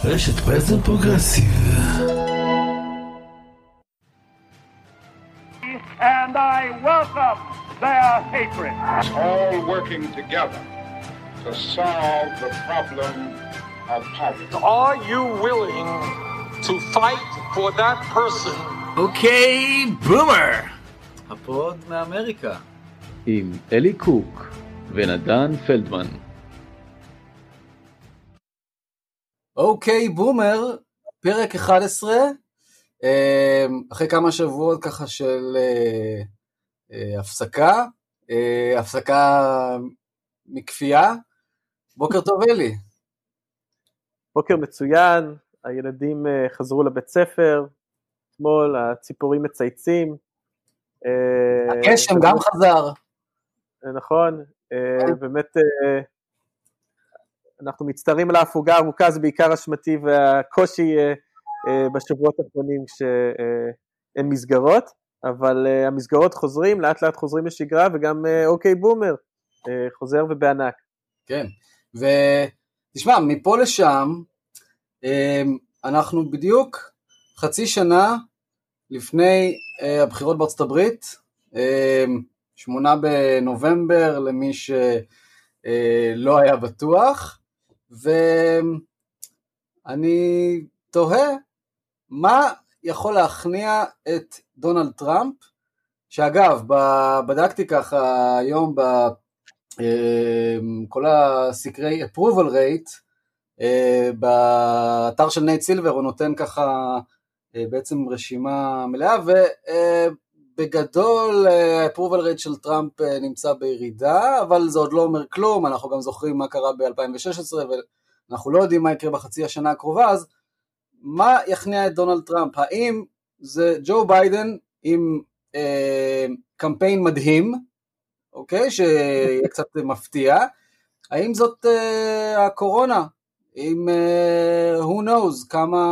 רשת פרסם פרוגרסיב. And I welcome their hatred. All working together to solve the problem of poverty. Are you willing to fight for that person? אוקיי, בומר! הפוד מאמריקה. עם אלי קוק ונדן פלדמן. אוקיי, בומר, פרק 11, אחרי כמה שבועות ככה של הפסקה מכפייה. בוקר טוב אלי. בוקר מצוין, הילדים חזרו לבית ספר, אתמול הציפורים מצייצים. הגשם גם חזר. נכון, באמת אנחנו מצטערים על ההפוגה הארוכה, זה בעיקר אשמתי והקושי בשבועות האחרונים שאין מסגרות, אבל המסגרות חוזרים, לאט לאט חוזרים לשגרה, וגם אוקיי בומר חוזר ובענק. כן, ותשמע, מפה לשם, אנחנו בדיוק חצי שנה לפני הבחירות בארצות הברית, 8 בנובמבר למי שלא היה בטוח, ואני תוהה מה יכול להכניע את דונלד טראמפ, שאגב, בדקתי ככה היום בכל הסקרי approval rate, באתר של נייט סילבר הוא נותן ככה בעצם רשימה מלאה, ובגדול approval rate של טראמפ נמצא בירידה, אבל זה עוד לא אומר כלום, אנחנו גם זוכרים מה קרה ב-2016, ואנחנו לא יודעים מה יקרה בחצי השנה הקרובה, אז מה יכניע את דונלד טראמפ? האם זה ג'ו ביידן עם קמפיין מדהים, אוקיי, שיהיה קצת מפתיע, האם זאת הקורונה, עם who knows,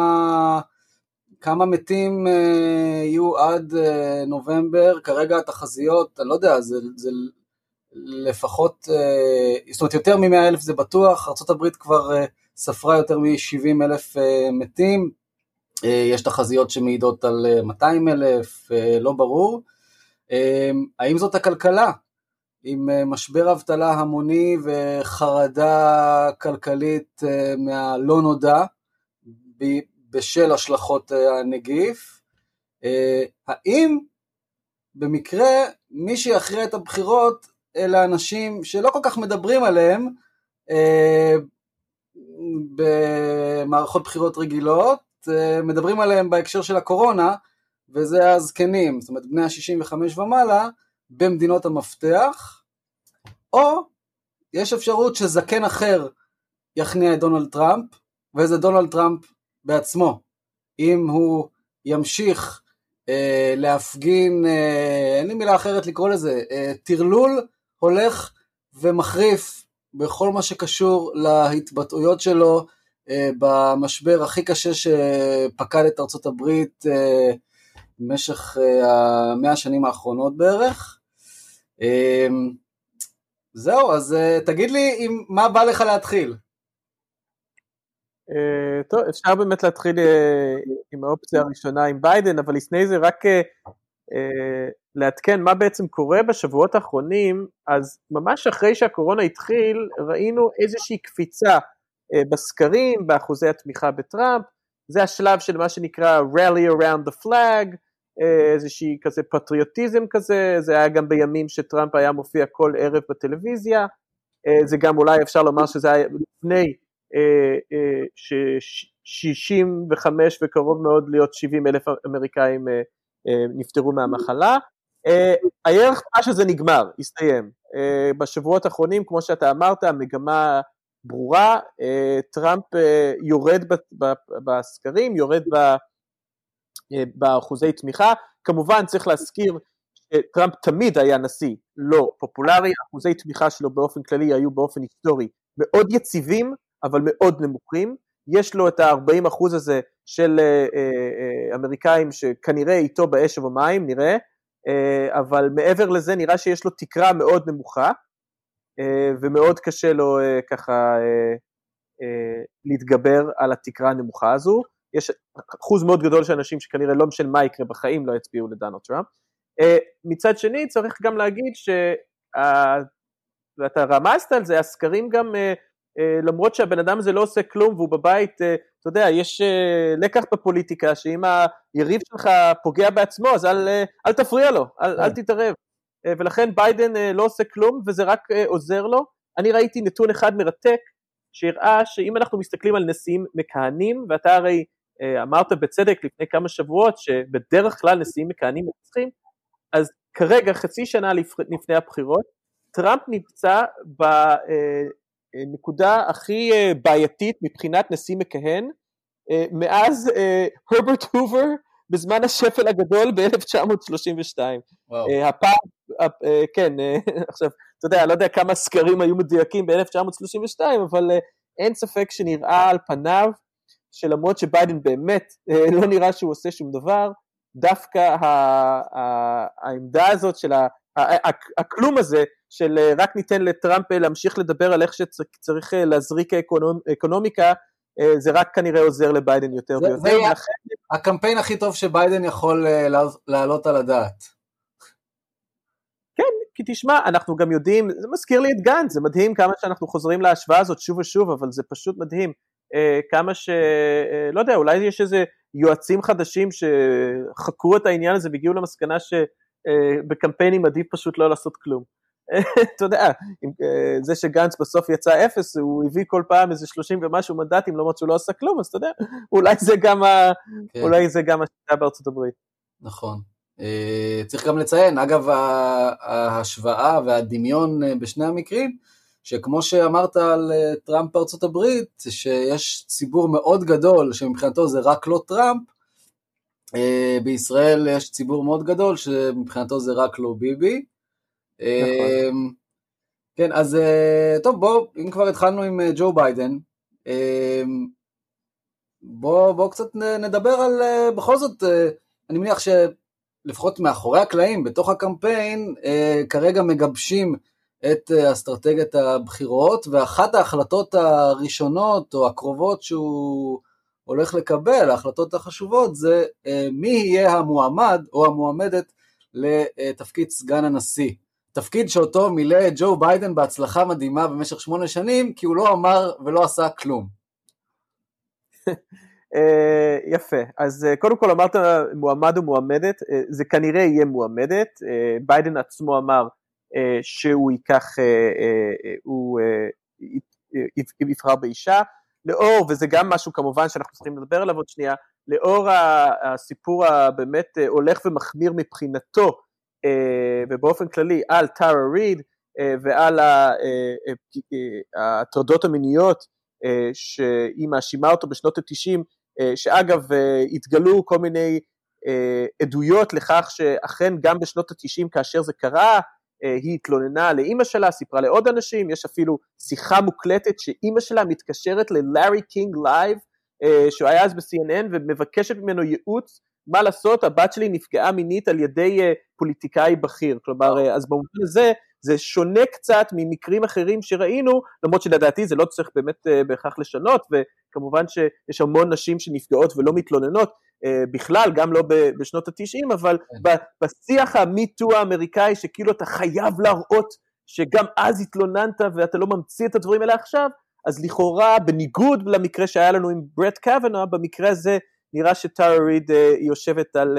כמה מתים יהיו עד נובמבר, כרגע התחזיות, אני לא יודע, זה לפחות, זאת אומרת יותר מ100,000 זה בטוח, ארצות הברית כבר ספרה יותר מ70,000 מתים, יש תחזיות שמעידות על 200,000, לא ברור. האם זאת הכלכלה? עם משבר אבטלה המוני וחרדה כלכלית מהלא נודע בשל השלכות הנגיף, האם במקרה מי שיכריע את הבחירות אלה אנשים שלא כל כך מדברים עליהם במערכות בחירות רגילות, מדברים עליהם בהקשר של הקורונה, וזה הזקנים, זאת אומרת בני ה-65 ומעלה במדינות המפתח, או יש אפשרות שזקן אחר יכניע את דונלד טראמפ, וזה דונלד טראמפ בעצמו, אם הוא ימשיך להפגין, אין לי מילה אחרת לקרוא לזה, תרלול הולך ומחריף בכל מה שקשור להתבטאויות שלו במשבר הכי קשה שפקד את ארצות הברית במשך 100 השנים האחרונות בערך. זהו, אז תגיד לי מה בא לך להתחיל. טוב, אפשר באמת להתחיל עם האופציה הראשונה עם ביידן, אבל לפני זה רק לעדכן מה בעצם קורה בשבועות האחרונים. אז ממש אחרי שהקורונה התחיל, ראינו איזושהי קפיצה בסקרים, באחוזי התמיכה בטראמפ, זה השלב של מה שנקרא rally around the flag, איזושהי כזה פטריוטיזם כזה, זה היה גם בימים שטראמפ היה מופיע כל ערב בטלוויזיה, זה גם אולי אפשר לומר שזה היה לפני 65 וקרוב מאוד להיות 70,000 אמריקאים נפטרו מהמחלה. הערך מה שזה נגמר, הסתיים. בשבועות האחרונים, כמו שאתה אמרת, המגמה ברורה, טראמפ יורד בסקרים, יורד באחוזי תמיכה. כמובן צריך להזכיר שטראמפ תמיד היה נשיא לא פופולרי, אחוזי תמיכה שלו באופן כללי היו באופן היסטורי מאוד יציבים, אבל מאוד נמוכים. יש לו את ה-40% הזה של אמריקאים שכנראה איתו באש ובמים, נראה, אבל מעבר לזה נראה שיש לו תקרה מאוד נמוכה, ומאוד קשה לו ככה להתגבר על התקרה הנמוכה הזו, יש אחוז מאוד גדול של אנשים שכנראה לא משנה מה יקרה בחיים לא יצביעו לדונלד טראמפ, מצד שני צריך גם להגיד ואתה רמזת על זה, הסקרים גם, למרות שהבן אדם הזה לא עושה כלום והוא בבית, אתה יודע, יש לקח בפוליטיקה, שאם היריב שלך פוגע בעצמו, אז אל תפריע לו, אל תתערב, ולכן ביידן לא עושה כלום, וזה רק עוזר לו. אני ראיתי נתון אחד מרתק, שהראה שאם אנחנו מסתכלים על נשיאים מכהנים, ואתה הרי אמרת בצדק לפני כמה שבועות, שבדרך כלל נשיאים מכהנים מנצחים, אז כרגע חצי שנה לפני הבחירות, טראמפ נמצא בנקודה הכי בעייתית מבחינת נשיא מכהן, מאז הרברט הובר בזמן השפל הגדול ב-1932. הפעם, כן, עכשיו, אתה יודע, לא יודע כמה סקרים היו מדויקים ב-1932, אבל אין ספק שנראה על פניו, שלמרות שביידן באמת לא נראה שהוא עושה שום דבר, דווקא העמדה הזאת של הכלום הזה, של רק ניתן לטראמפ להמשיך לדבר על איך שצריך להזריק אקונומיקה, זה רק כנראה עוזר לביידן יותר ויותר. זה הקמפיין הכי טוב שביידן יכול לעלות על הדעת. כן, כי תשמע, אנחנו גם יודעים, זה מזכיר לי את גנץ, זה מדהים כמה שאנחנו חוזרים להשוואה הזאת שוב ושוב, אבל זה פשוט מדהים, כמה לא יודע, אולי יש איזה יועצים חדשים שחקרו את העניין הזה והגיעו למסקנה שבקמפיינים עדיף פשוט לא לעשות כלום. אתה יודע, זה שגנץ בסוף יצא 0, הוא הביא כל פעם איזה 30 ומשהו מנדטים, למרות שהוא לא עשה כלום, אז אתה יודע, אולי זה גם השיטה בארצות הברית. נכון. צריך גם לציין, אגב ההשוואה והדמיון בשני המקרים, שכמו שאמרת על טראמפ בארצות הברית, שיש ציבור מאוד גדול שמבחינתו זה רק לא טראמפ, בישראל יש ציבור מאוד גדול שמבחינתו זה רק לא ביבי. כן, אז טוב, בוא, אם כבר התחלנו עם ג'ו ביידן, בוא קצת נדבר על, בכל זאת, אני מניח שלפחות מאחורי הקלעים, בתוך הקמפיין, כרגע מגבשים את אסטרטגיית הבחירות, ואחת ההחלטות הראשונות או הקרובות שהוא הולך לקבל, ההחלטות החשובות, זה מי יהיה המועמד או המועמדת לתפקיד סגן הנשיא. תפקיד שאותו מילא ג'ו ביידן בהצלחה מדהימה במשך 8 שנים, כי הוא לא אמר ולא עשה כלום. יפה, אז קודם כל אמרת מועמד ומועמדת, זה כנראה יהיה מועמדת, ביידן עצמו אמר שהוא ייקח, הוא יבחר באישה, לאור, וזה גם משהו כמובן שאנחנו צריכים לדבר עליו עוד שנייה, לאור הסיפור הבאמת הולך ומחמיר מבחינתו, ובאופן כללי על טרה ריד, ועל הטרדות המיניות, שהיא מאשימה אותו בשנות ה-90, שאגב התגלו כל מיני עדויות לכך שאכן גם בשנות ה-90 כאשר זה קרה, היא התלוננה לאמא שלה, סיפרה לעוד אנשים, יש אפילו שיחה מוקלטת שאמא שלה מתקשרת ללארי קינג לייב, שהוא היה אז ב-CNN, ומבקשת ממנו ייעוץ מה לעשות, הבת שלי נפגעה מינית על ידי פוליטיקאי בכיר, כלומר, אז במובן הזה, זה שונה קצת ממקרים אחרים שראינו, למרות שלדעתי זה לא צריך באמת בהכרח לשנות, וכמובן שיש המון נשים שנפגעות ולא מתלוננות, בכלל, גם לא בשנות ה-90, אבל בשיח המיטו האמריקאי, שכאילו אתה חייב להראות שגם אז התלוננת, ואתה לא ממציא את הדברים האלה עכשיו, אז לכאורה, בניגוד למקרה שהיה לנו עם ברט קוונוע, במקרה הזה נראה שטרה ריד היא יושבת על,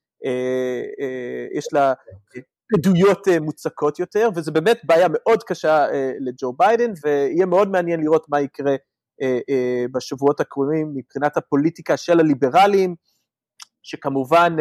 יש לה עדויות מוצקות יותר, וזה באמת בעיה מאוד קשה לג'ו ביידן, ויהיה מאוד מעניין לראות מה יקרה בשבועות הקרובים, מבחינת הפוליטיקה של הליברלים, שכמובן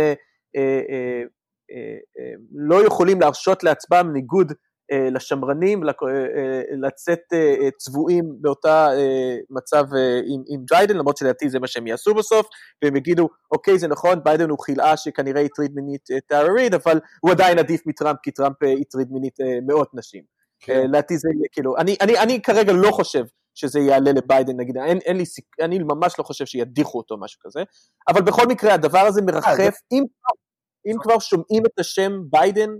לא יכולים להרשות לעצמם ניגוד לשמרנים, לצאת צבועים באותה מצב עם ביידן, למרות שלדעתי זה מה שהם יעשו בסוף, והם יגידו, אוקיי, זה נכון, ביידן הוא חילאה שכנראה יטריד מינית טרה ריד, אבל הוא עדיין עדיף מטראמפ, כי טראמפ יטריד מינית מאות נשים. לדעתי זה, כאילו, אני כרגע לא חושב שזה יעלה לביידן, נגיד, אני ממש לא חושב שידיחו אותו משהו כזה, אבל בכל מקרה הדבר הזה מרחף, אם כבר שומעים את השם ביידן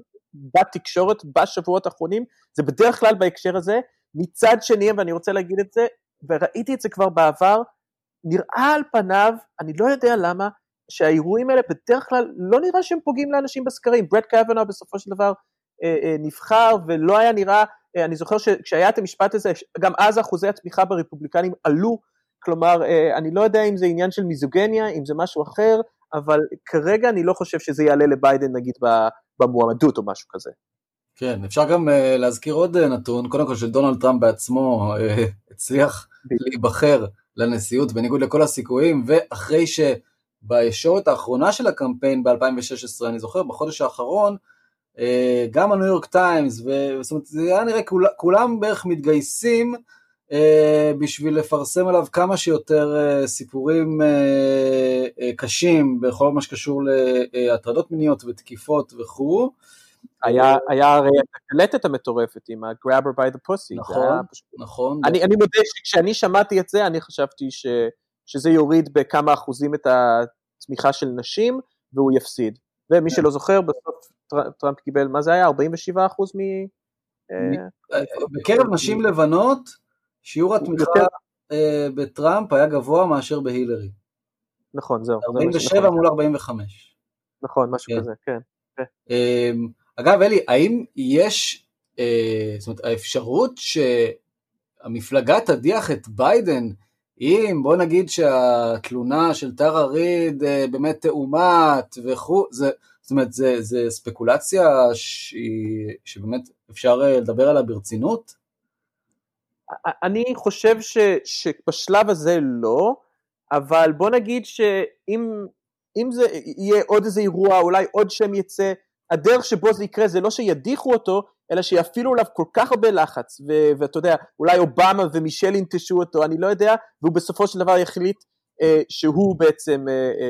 בתקשורת בשבועות האחרונים, זה בדרך כלל בהקשר הזה, מצד שני, ואני רוצה להגיד את זה, וראיתי את זה כבר בעבר, נראה על פניו, אני לא יודע למה, שהאירועים האלה בדרך כלל לא נראה שהם פוגעים לאנשים בסקרים. ברט קאבנו בסופו של דבר נבחר, ולא היה נראה, אני זוכר שכשהיה את המשפט הזה, גם אז אחוזי התמיכה ברפובליקנים עלו, כלומר, אני לא יודע אם זה עניין של מיזוגניה, אם זה משהו אחר, אבל כרגע אני לא חושב שזה יעלה לביידן, נגיד, במועמדות או משהו כזה. כן, אפשר גם להזכיר עוד נתון, קודם כל של דונלד טראמפ בעצמו הצליח להיבחר לנשיאות בניגוד לכל הסיכויים, ואחרי שבישורת האחרונה של הקמפיין ב-2016, אני זוכר בחודש האחרון, גם הניו יורק טיימס, זאת אומרת, זה היה נראה כולם בערך מתגייסים בשביל לפרסם עליו כמה שיותר סיפורים קשים בכל מה שקשור להטרדות מיניות ותקיפות וכו'. היה הרי הקלטת המטורפת עם ה-grabber by the pussy. נכון. אני מודה שכשאני שמעתי את זה, אני חשבתי שזה יוריד בכמה אחוזים את התמיכה של נשים, והוא יפסיד. ומי שלא זוכר, בסוף טראמפ קיבל, מה זה היה? 47% בקרב נשים לבנות, שיעור התמיכה בטראמפ היה גבוה מאשר בהילרי. נכון, זהו. 47 מול 45. נכון, משהו כזה, כן. אגב, אלי, האם יש, זאת אומרת, האפשרות שהמפלגה תדיח את ביידן, אם בוא נגיד שהתלונה של טרה ריד באמת תאומת וכו', זאת אומרת, זה ספקולציה שבאמת אפשר לדבר עליה ברצינות? אני חושב שבשלב הזה לא, אבל בוא נגיד שאם זה יהיה עוד איזה אירוע, אולי עוד שם יצא, הדרך שבו זה יקרה זה לא שידיחו אותו, אלא שיפעילו עליו כל כך הרבה לחץ, ואתה יודע, אולי אובמה ומישל ינטשו אותו, אני לא יודע, והוא בסופו של דבר יחליט שהוא בעצם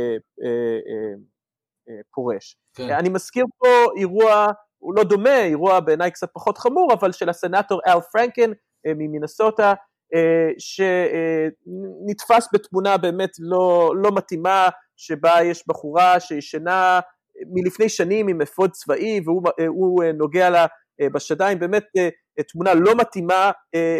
פורש. כן. אני מזכיר פה אירוע, הוא לא דומה, אירוע בעיניי קצת פחות חמור, אבל של הסנאטור אל פרנקן ממינסוטה, שנתפס בתמונה באמת לא מתאימה, שבה יש בחורה שישנה מלפני שנים עם אפוד צבאי, והוא נוגע לה בשדיים, באמת תמונה לא מתאימה,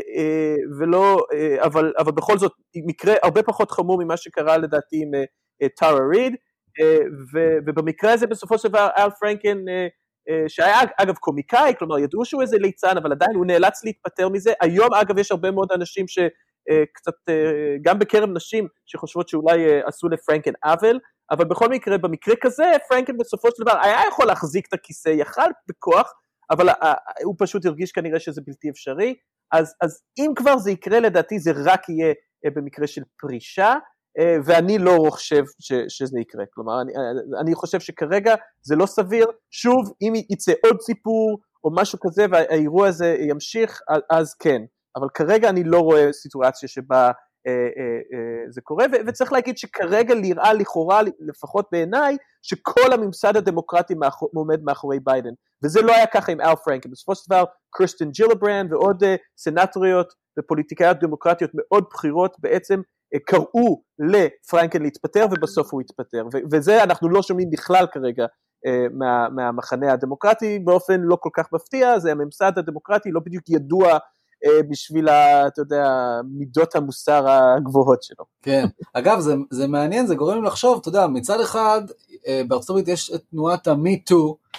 אבל בכל זאת מקרה הרבה פחות חמור ממה שקרה לדעתי עם טרה ריד, ובמקרה הזה בסופו של דבר אל פרנקן, שהיה אגב קומיקאי, כלומר ידעו שהוא איזה ליצן, אבל עדיין הוא נאלץ להתפטר מזה. היום אגב יש הרבה מאוד אנשים שקצת, גם בקרב נשים, שחושבות שאולי עשו לפרנקן עוול, אבל בכל מקרה, במקרה כזה, פרנקן בסופו של דבר היה יכול להחזיק את הכיסא, יכל בכוח, אבל הוא פשוט הרגיש כנראה שזה בלתי אפשרי, אז אם כבר זה יקרה לדעתי, זה רק יהיה במקרה של פרישה, ואני לא חושב שזה יקרה, כלומר, אני חושב שכרגע זה לא סביר, שוב, אם יצא עוד סיפור, או משהו כזה, והאירוע הזה ימשיך, אז כן, אבל כרגע אני לא רואה סיטואציה שבה זה קורה, וצריך להגיד שכרגע נראה לכאורה, לפחות בעיניי, שכל הממסד הדמוקרטי עומד מאחורי ביידן, וזה לא היה ככה עם אל פרנקן, בסופו של דבר, קריסטן ג'ילברנד ועוד סנטוריות ופוליטיקאיות דמוקרטיות מאוד בחירות, בעצם קראו לפרנקן להתפטר, ובסוף הוא התפטר, וזה אנחנו לא שומעים בכלל כרגע מהמחנה הדמוקרטי, באופן לא כל כך מפתיע, זה הממסד הדמוקרטי לא בדיוק ידוע בשביל, אתה יודע, מידות המוסר הגבוהות שלו. כן, אגב, זה מעניין, זה גורם לי לחשוב, אתה יודע, מצד אחד, בארצות הברית יש את תנועת ה-Me Too,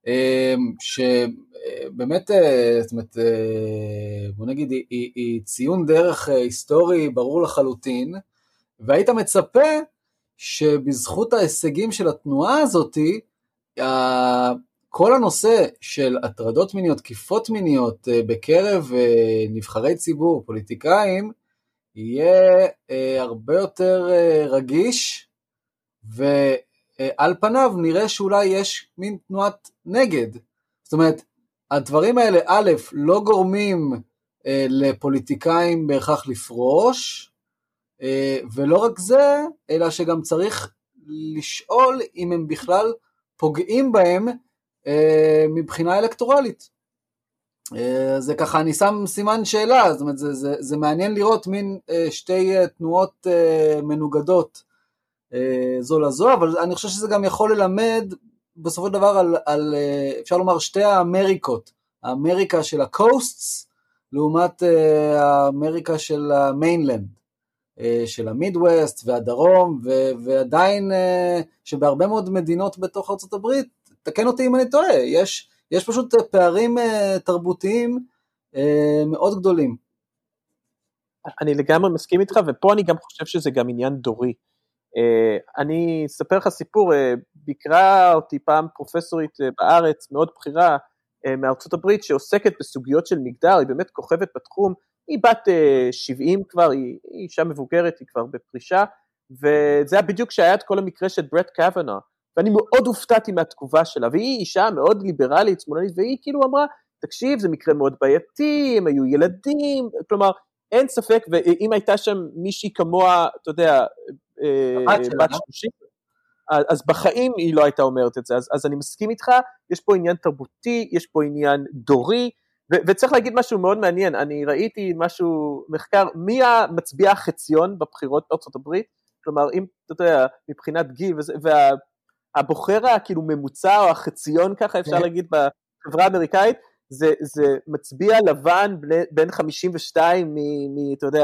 שבאמת, זאת אומרת, בוא נגיד, היא ציון דרך היסטורי ברור לחלוטין, והיית מצפה שבזכות ההישגים של התנועה הזאת, כל הנושא של הטרדות מיניות, תקיפות מיניות בקרב נבחרי ציבור, פוליטיקאים, יהיה הרבה יותר רגיש, ועל פניו נראה שאולי יש מין תנועת נגד. זאת אומרת, הדברים האלה, א', לא גורמים לפוליטיקאים בהכרח לפרוש, ולא רק זה, אלא שגם צריך לשאול אם הם בכלל פוגעים בהם מבחינה אלקטורלית. זה ככה, אני שם סימן שאלה, זאת אומרת, זה מעניין לראות מין שתי תנועות מנוגדות זו לזו, אבל אני חושב שזה גם יכול ללמד בסופו של דבר על אפשר לומר שתי האמריקות, האמריקה של הקוסטס, לעומת האמריקה של המיינלנד, של המידווסט והדרום, ועדיין שבהרבה מאוד מדינות בתוך ארצות הברית, תקן אותי אם אני טועה, יש פשוט פערים תרבותיים מאוד גדולים. אני לגמרי מסכים איתך, ופה אני גם חושב שזה גם עניין דורי. אני אספר לך סיפור, ביקרה אותי פעם פרופסורית בארץ, מאוד בכירה, מארצות הברית, שעוסקת בסוגיות של מגדר, היא באמת כוכבת בתחום, היא בת 70 כבר, היא אישה מבוגרת, היא כבר בפרישה, וזה היה בדיוק שהיה את כל המקרה של ברט קוונה, ואני מאוד הופתעתי מהתגובה שלה, והיא אישה מאוד ליברלית, שמאלנית, והיא כאילו אמרה, תקשיב, זה מקרה מאוד בעייתי, הם היו ילדים, כלומר, אין ספק, ואם הייתה שם מישהי כמוה, אתה יודע, בת 30, אז בחיים היא לא הייתה אומרת את זה, אז אני מסכים איתך, יש פה עניין תרבותי, יש פה עניין דורי, וצריך להגיד משהו מאוד מעניין, אני ראיתי משהו, מחקר, מי המצביע החציון בבחירות בארצות הברית, כלומר, אם אתה יודע, מבחינת גיל, והבוחר הכאילו ממוצע, או החציון ככה אפשר להגיד בחברה האמריקאית, זה מצביע לבן בין 52 אתה יודע,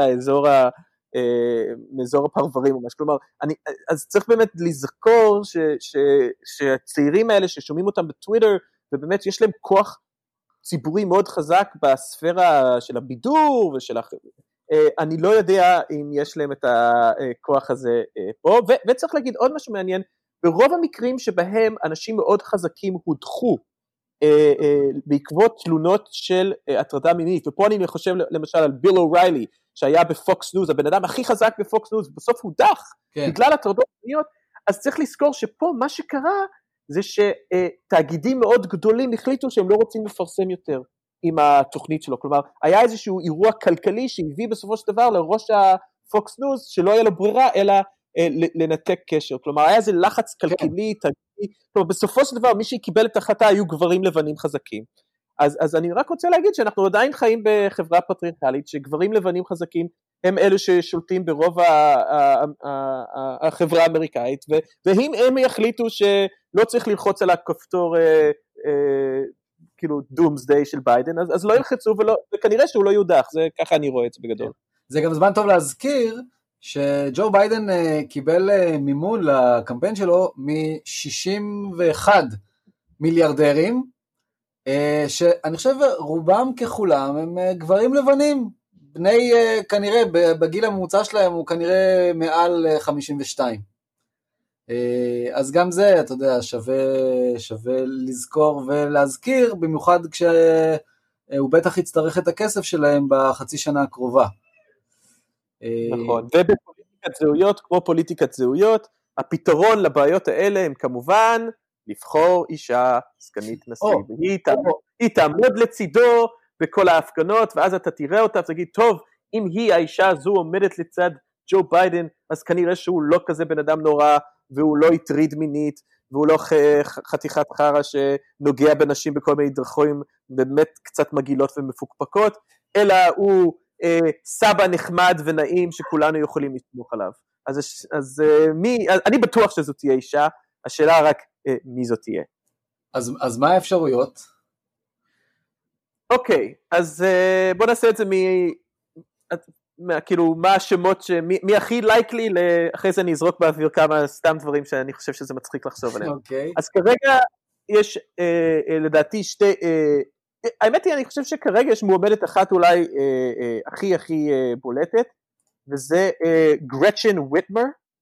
מאזור הפרברים ממש, כלומר, אז צריך באמת לזכור שהצעירים האלה ששומעים אותם בטוויטר, ובאמת יש להם כוח ציבורי מאוד חזק בספירה של הבידור ושל אני לא יודע אם יש להם את הכוח הזה פה, וצריך להגיד עוד משהו מעניין, ברוב המקרים שבהם אנשים מאוד חזקים הודחו, בעקבות תלונות של הטרדה מינית, ופה אני חושב למשל על ביל אוריילי, שהיה בפוקס ניוז, הבן אדם הכי חזק בפוקס ניוז, בסוף הוא דח, בגלל הטרדות מיניות, אז צריך לזכור שפה מה שקרה, זה שתאגידים מאוד גדולים החליטו שהם לא רוצים לפרסם יותר עם התוכנית שלו, כלומר, היה איזשהו אירוע כלכלי שהביא בסופו של דבר לראש הפוקס ניוז, שלא היה לו ברירה, אלא לנתק קשר, כלומר, היה איזה לחץ כלכלי, תאגידי, כלומר, בסופו של דבר, מי שקיבל את ההחלטה היו גברים לבנים חזקים, אז אני רק רוצה להגיד שאנחנו עדיין חיים בחברה פטריארכלית, שגברים לבנים חזקים הם אלה ששולטים ברוב החברה האמריקאית, ואם הם יחליטו שלא צריך ללחוץ על הכפתור כאילו דומסדיי של ביידן, אז לא ילחצו, וכנראה שהוא לא יודח, זה ככה אני רואה את זה בגדול. זה גם זמן טוב להזכיר, שג'ו ביידן קיבל מימון לקמפיין שלו מ-61 מיליארדרים, שאני חושב רובם ככולם הם גברים לבנים, בני כנראה בגיל הממוצע שלהם הוא כנראה מעל 52, אז גם זה אתה יודע שווה לזכור ולהזכיר, במיוחד כשהוא בטח יצטרך את הכסף שלהם בחצי שנה הקרובה. נכון, ובפוליטיקת זהויות, כמו פוליטיקת זהויות, הפתרון לבעיות האלה הם כמובן לבחור אישה סגנית נשיא, והיא תעמוד לצידו בכל ההפגנות, ואז אתה תראה אותה ותגיד, טוב, אם היא האישה הזו עומדת לצד ג'ו ביידן, אז כנראה שהוא לא כזה בן אדם נורא, והוא לא יטריד מינית, והוא לא חתיכת חרה שנוגע בנשים בכל מיני דרכים באמת קצת מגילות ומפוקפקות, אלא הוא סבא נחמד ונעים שכולנו יכולים לסמוך עליו. אז אני בטוח שזו תהיה אישה, השאלה רק מי זאת תהיה. אז מה האפשרויות? אוקיי, אז בוא נעשה את זה כאילו מה השמות, מי הכי לייקלי, אחרי זה אני אזרוק באוויר כמה סתם דברים שאני חושב שזה מצחיק לחשוב עליהם. אוקיי. אז כרגע יש לדעתי שתי, האמת היא אני חושב שכרגע יש מועמדת אחת אולי הכי בולטת, וזה גרצ'ן וויטמר,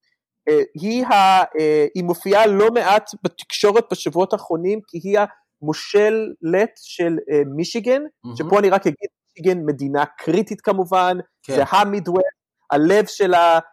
היא מופיעה לא מעט בתקשורת בשבועות האחרונים, כי היא המושלת של מישיגן, שפה אני רק אגיד, מישיגן מדינה קריטית כמובן, זה המידווסט, הלב של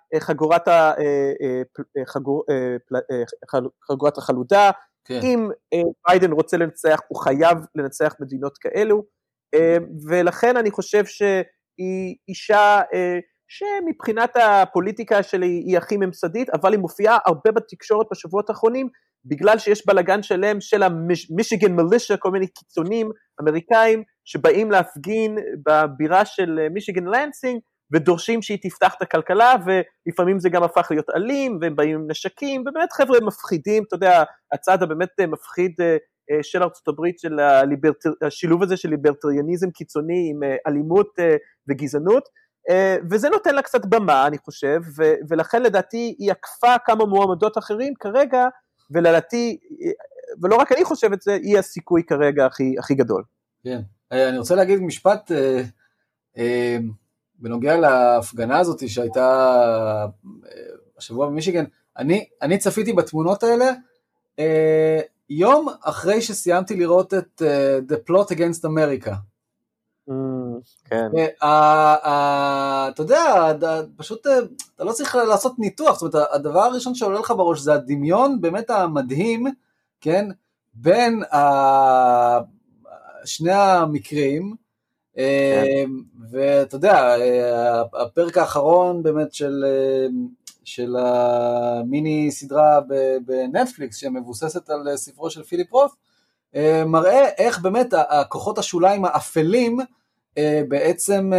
חגורת החלודה, אם ביידן רוצה לנצח, הוא חייב לנצח מדינות כאלו, ולכן אני חושב שהיא אישה שמבחינת הפוליטיקה שלי היא הכי ממסדית, אבל היא מופיעה הרבה בתקשורת בשבועות האחרונים, בגלל שיש בלגן שלם של המישיגן מילישה, כל מיני קיצונים אמריקאים, שבאים להפגין בבירה של מישיגן לנסינג, ודורשים שהיא תפתח את הכלכלה, ולפעמים זה גם הפך להיות אלים, והם באים עם נשקים, ובאמת חבר'ה מפחידים, אתה יודע, הצעד הבאמת מפחיד של ארצות הברית, של השילוב הזה של ליברטריאניזם קיצוני עם אלימות וגזענות, וזה נותן לה קצת במה, אני חושב, ולכן לדעתי היא עקפה כמה מועמדות אחרים כרגע, ולדעתי, ולא רק אני חושב את זה, היא הסיכוי כרגע הכי גדול. כן, אני רוצה להגיד משפט בנוגע להפגנה הזאת שהייתה השבוע במישיגן. אני צפיתי בתמונות האלה יום אחרי שסיימתי לראות את The Plot Against America. כן. אתה יודע, פשוט אתה לא צריך לעשות ניתוח, זאת אומרת, הדבר הראשון שעולה לך בראש זה הדמיון באמת המדהים, כן, בין שני המקרים, ואתה יודע, הפרק האחרון באמת של המיני סדרה בנטפליקס, שמבוססת על ספרו של פיליפ רות, מראה איך באמת הכוחות השוליים האפלים בעצם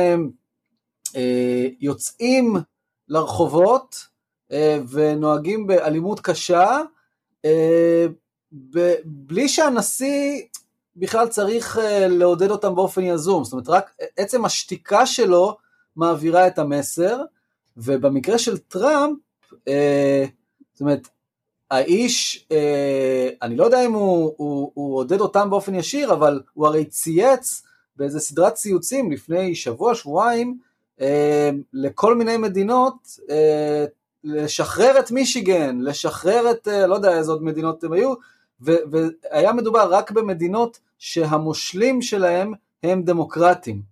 יוצאים לרחובות ונוהגים באלימות קשה, בלי שהנשיא בכלל צריך לעודד אותם באופן יזום, זאת אומרת רק עצם השתיקה שלו מעבירה את המסר, ובמקרה של טראמפ, זאת אומרת, האיש, אני לא יודע אם הוא עודד אותם באופן ישיר, אבל הוא הרי צייץ באיזה סדרת ציוצים לפני שבוע, שבועיים, לכל מיני מדינות, לשחרר את מישיגן, לשחרר את, לא יודע איזה עוד מדינות הם היו, והיה מדובר רק במדינות שהמושלים שלהם הם דמוקרטים.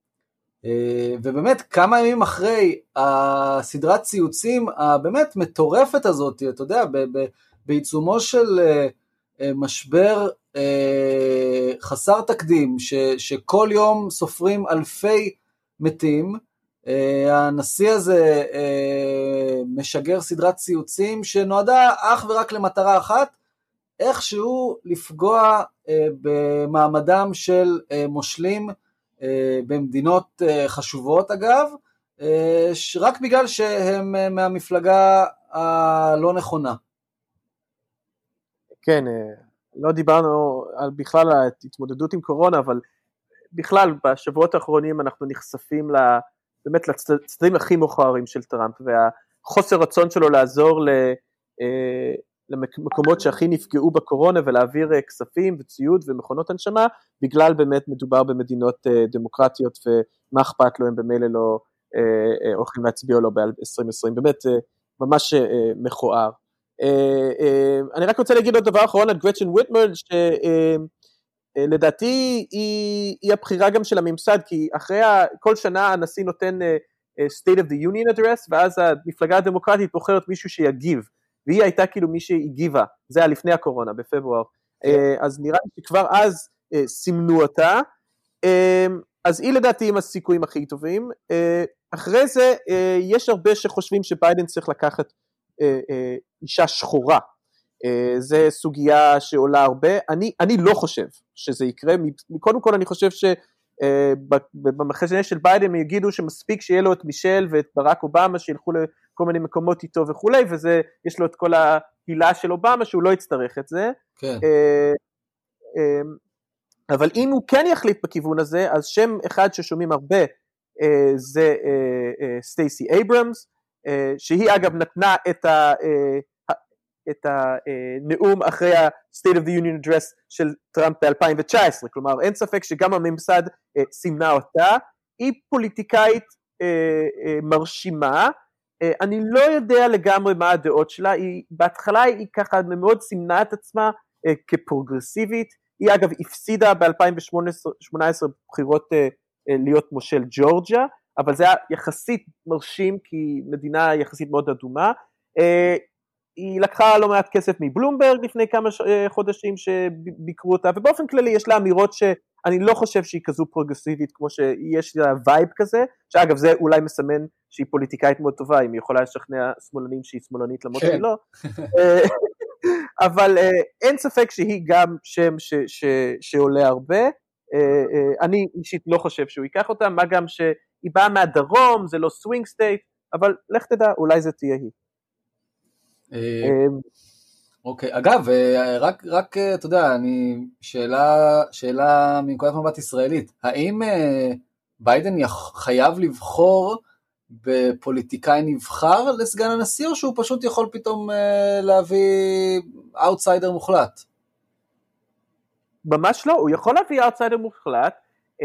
ובאמת כמה ימים אחרי הסדרת ציוצים הבאמת מטורפת הזאת, אתה יודע, בעיצומו של משבר חסר תקדים, שכל יום סופרים אלפי מתים, הנשיא הזה משגר סדרת ציוצים שנועדה אך ורק למטרה אחת, איכשהו לפגוע במעמדם של מושלים במדינות חשובות אגב, רק בגלל שהם מהמפלגה הלא נכונה. כן, לא דיברנו בכלל על ההתמודדות עם קורונה, אבל בכלל בשבועות האחרונים אנחנו נחשפים באמת לצדדים הכי מכוערים של טראמפ, והחוסר רצון שלו לעזור למקומות שהכי נפגעו בקורונה, ולהעביר כספים וציוד ומכונות הנשמה, בגלל באמת מדובר במדינות דמוקרטיות, ומה אכפת לו הם במילא לא הולכים להצביע לו ב-2020, באמת ממש מכוער. אני רק רוצה להגיד עוד דבר אחרון על גרצ'ן וויטמר, שלדעתי היא הבחירה גם של הממסד, כי אחרי כל שנה הנשיא נותן State of the Union Address, ואז המפלגה הדמוקרטית בוחרת מישהו שיגיב, והיא הייתה כאילו מי שהגיבה, זה היה לפני הקורונה, בפברואר, אז נראה לי שכבר אז סימנו אותה, אז היא לדעתי עם הסיכויים הכי טובים. אחרי זה יש הרבה שחושבים שביידן צריך לקחת אישה שחורה, זה סוגיה שעולה הרבה, אני לא חושב שזה יקרה, קודם כל אני חושב שבמחנה של ביידן הם יגידו שמספיק שיהיה לו את מישל ואת ברק אובמה שילכו לכל מיני מקומות איתו וכולי, וזה יש לו את כל ההילה של אובמה שהוא לא יצטרך את זה, כן. אבל אם הוא כן יחליט בכיוון הזה, אז שם אחד ששומעים הרבה זה סטייסי אייברמס, שהיא אגב נתנה את הנאום אחרי ה-State of the Union Address של טראמפ ב-2019, כלומר אין ספק שגם הממסד סימנה אותה, היא פוליטיקאית מרשימה, אני לא יודע לגמרי מה הדעות שלה, בהתחלה היא ככה מאוד סימנה את עצמה כפרוגרסיבית, היא אגב הפסידה ב-2018 בחירות להיות מושל ג'ורג'ה, אבל זה היה יחסית מרשים, כי מדינה יחסית מאוד אדומה, היא לקחה לא מעט כסף מבלומברג לפני כמה חודשים שביקרו אותה, ובאופן כללי יש לה אמירות שאני לא חושב שהיא כזו פרוגרסיבית, כמו שיש לה וייב כזה, שאגב זה אולי מסמן שהיא פוליטיקאית מאוד טובה, אם היא יכולה לשכנע שמאלנים שהיא שמאלנית למרות שהיא לא, אבל אין ספק שהיא גם שם שעולה הרבה, אני אישית לא חושב שהוא ייקח אותה, מה גם שהיא באה מהדרום, זה לא סווינג סטייט, אבל לך תדע, אולי זה תהיה היא. אוקיי, אגב, רק, אתה יודע, שאלה מנקודת מבט ישראלית, האם ביידן חייב לבחור בפוליטיקאי נבחר לסגן הנשיא, או שהוא פשוט יכול פתאום להביא אאוטסיידר מוחלט? ממש לא, הוא יכול להביא אאוטסיידר מוחלט,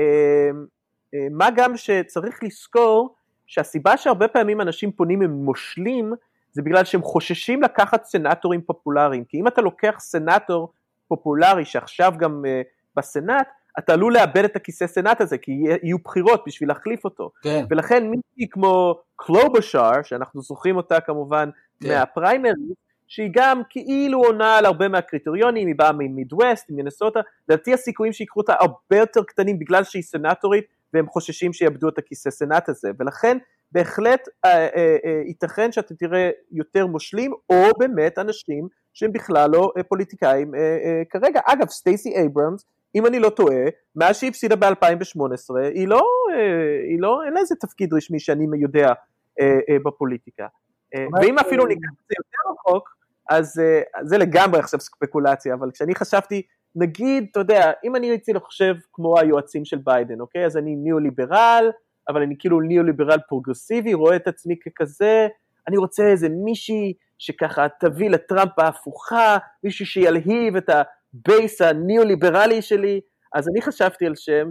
מה גם שצריך לזכור שהסיבה שהרבה פעמים אנשים פונים הם מושלים, זה בגלל שהם חוששים לקחת סנאטורים פופולריים, כי אם אתה לוקח סנאטור פופולרי שעכשיו גם בסנאט, אתה עלול לאבד את הכיסא סנאט הזה, כי יהיו בחירות בשביל להחליף אותו. כן. ולכן מישהי כמו קלובשאר, שאנחנו זוכרים אותה כמובן מהפריימריז, שהיא גם כאילו עונה על הרבה מהקריטריונים, היא באה ממידווסט, ממינסוטה, לדעתי הסיכויים שיקחו אותה הרבה יותר קטנים בגלל שהיא סנאטורית, והם חוששים שיאבדו את הכיסא סנאט הזה, ולכן בהחלט ייתכן שאתה תראה יותר מושלים, או באמת אנשים שהם בכלל לא פוליטיקאים כרגע. אגב, סטייסי אייברמס, אם אני לא טועה, מאז שהיא הפסידה ב-2018, היא לא, אין לה איזה תפקיד רשמי שאני יודע בפוליטיקה. ואם אפילו ניקח את זה יותר רחוק, אז זה לגמרי עכשיו ספקולציה, אבל כשאני חשבתי, נגיד, אתה יודע, אם אני רציתי לחשב כמו היועצים של ביידן, אוקיי? אז אני ניאו-ליברל, אבל אני כאילו ניאו-ליברל פרוגרסיבי, רואה את עצמי ככזה, אני רוצה איזה מישהי שככה תביא לטראמפ ההפוכה, מישהי שילהיב את הבייס הניאו-ליברלי שלי, אז אני חשבתי על שם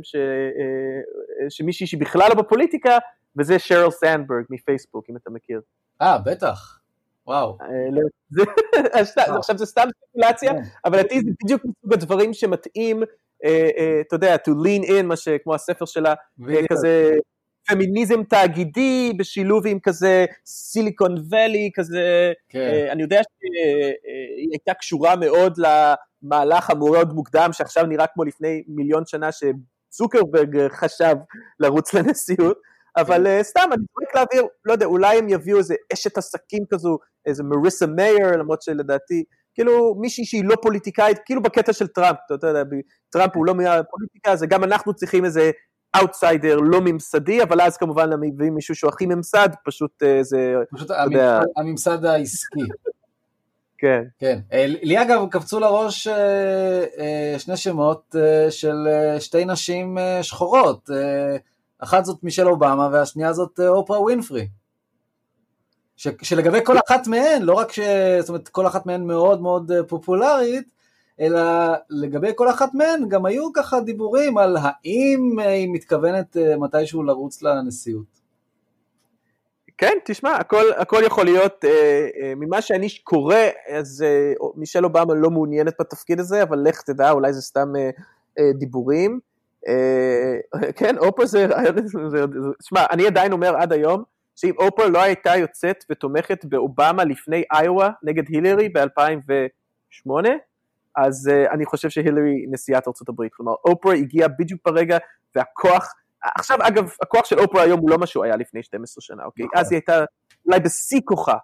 שמישהי שבכלל לא בפוליטיקה, וזה שריל סנדברג מפייסבוק, אם אתה מכיר. בטח. וואו. עכשיו זה סתם ספקולציה, אבל לדעתי זה בדיוק מסוג הדברים שמתאים, אתה יודע, to lean in, מה שכמו הספר שלה, כזה פמיניזם תאגידי, בשילוב עם כזה סיליקון ואלי, כזה, אני יודע שהיא הייתה קשורה מאוד למהלך המאוד מוקדם, שעכשיו נראה כמו לפני 1,000,000 שנה, שצוקרברג חשב לרוץ לנשיאות, אבל סתם, אני צריך להעביר, לא יודע, אולי הם יביאו איזה אשת עסקים כזו, איזה מריסה מאייר, למרות שלדעתי, כאילו מישהי שהיא לא פוליטיקאית, כאילו בקטע של טראמפ, אתה יודע, טראמפ הוא לא מהפוליטיקה, אז גם אנחנו צריכים איזה אאוטסיידר לא ממסדי, אבל אז כמובן מביאים מישהו שהוא הכי ממסד, פשוט איזה... פשוט הממסד העסקי. כן. כן. לי אגב קפצו לראש שני שמות של שתי נשים שחורות, אחת זאת מישל אובמה, והשנייה זאת אופרה ווינפרי. שלגבי כל אחת מהן, לא רק זאת אומרת, כל אחת מהן מאוד מאוד פופולרית, אלא לגבי כל אחת מהן, גם היו ככה דיבורים על האם היא מתכוונת מתישהו לרוץ לנשיאות. כן, תשמע, הכל יכול להיות, ממה שאני קורא, אז מישל אובמה לא מעוניינת בתפקיד הזה, אבל לך תדע, אולי זה סתם דיבורים, כן, אופרה זה, שמע, אני עדיין אומר עד היום, שאם אופרה לא הייתה יוצאת ותומכת באובמה לפני איואה נגד הילרי ב-2008, אז אני חושב שהילרי נשיאת ארצות הברית, כלומר, אופרה הגיעה בדיוק ברגע, והכוח, עכשיו אגב, הכוח של אופרה היום הוא לא מה שהוא היה לפני 12 שנה, אוקיי? אז היא הייתה אולי בשיא כוחה,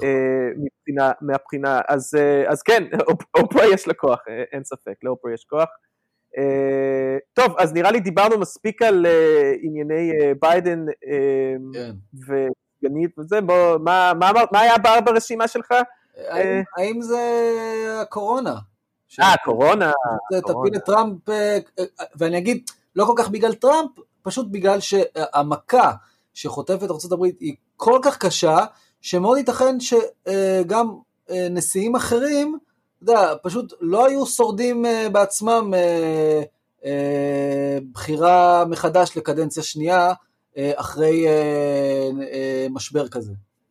מהבחינה, אז כן, אופרה יש לה כוח, אין ספק, לאופרה יש כוח, טוב, אז נראה לי דיברנו מספיק על ענייני ביידן וסגנית וזה, מה היה ברשימה שלך? האם זה הקורונה? קורונה. תפיל את טראמפ, ואני אגיד, לא כל כך בגלל טראמפ, פשוט בגלל שהמכה שחוטפת ארצות הברית היא כל כך קשה, שמאוד ייתכן שגם נשיאים אחרים, אתה יודע, פשוט לא היו שורדים בעצמם בחירה מחדש לקדנציה שנייה אחרי משבר כזה.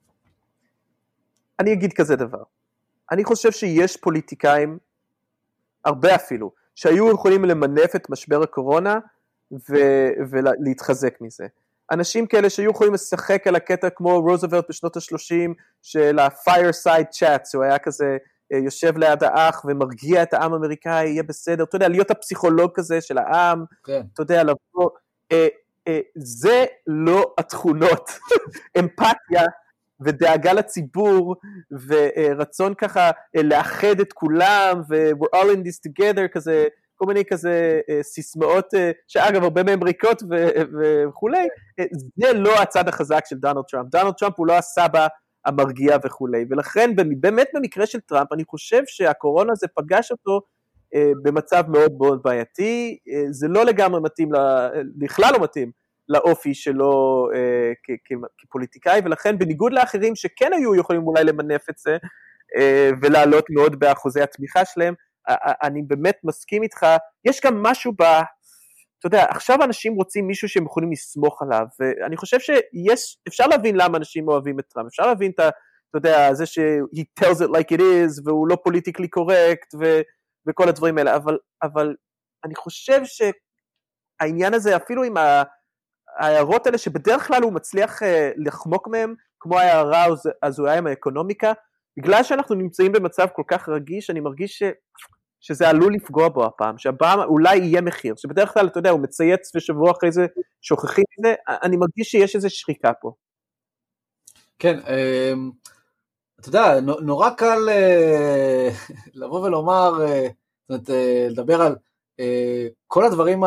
אני אגיד כזה דבר. אני חושב שיש פוליטיקאים, הרבה אפילו, שהיו יכולים למנף את משבר הקורונה ולהתחזק מזה. אנשים כאלה שהיו יכולים לשחק על הקטע כמו רוזוולט בשנות ה-30 של ה-fireside chats, הוא היה כזה יושב ליד האח ומרגיע את העם האמריקאי, יהיה בסדר, אתה יודע, להיות הפסיכולוג כזה של העם, כן. אתה יודע, לבוא, זה לא התכונות, אמפתיה ודאגה לציבור, ורצון ככה לאחד את כולם, ו-we're all in this together, כזה, כל מיני כזה סיסמאות, שאגב הרבה מהם ריקות וכולי, זה לא הצד החזק של דונלד טראמפ. דונלד טראמפ הוא לא הסבא המרגיע וכולי, ולכן באמת במקרה של טראמפ, אני חושב שהקורונה זה פגש אותו במצב מאוד מאוד בעייתי, זה לא לגמרי מתאים, בכלל לא מתאים לאופי שלו כפוליטיקאי, ולכן בניגוד לאחרים שכן היו יכולים אולי למנף את זה, ולעלות מאוד באחוזי התמיכה שלהם, אני באמת מסכים איתך, יש גם משהו אתה יודע, עכשיו אנשים רוצים מישהו שהם יכולים לסמוך עליו, ואני חושב שאפשר להבין למה אנשים אוהבים את טראמפ, אפשר להבין אתה יודע, זה he tells it like it is, והוא לא פוליטיקלי קורקט, וכל הדברים האלה, אבל אני חושב שהעניין הזה, אפילו עם ההערות האלה, שבדרך כלל הוא מצליח לחמוק מהם, כמו ההערה הזויה עם האקונומיקה, בגלל שאנחנו נמצאים במצב כל כך רגיש, אני מרגיש שזה עלול לפגוע בו הפעם, שהפעם אולי יהיה מחיר, שבדרך כלל, אתה יודע, הוא מצייץ ושבוע אחרי זה שוכחים את זה, אני מרגיש שיש איזו שחיקה פה. כן, אתה יודע, נורא קל לבוא ולומר, זאת אומרת, לדבר על כל הדברים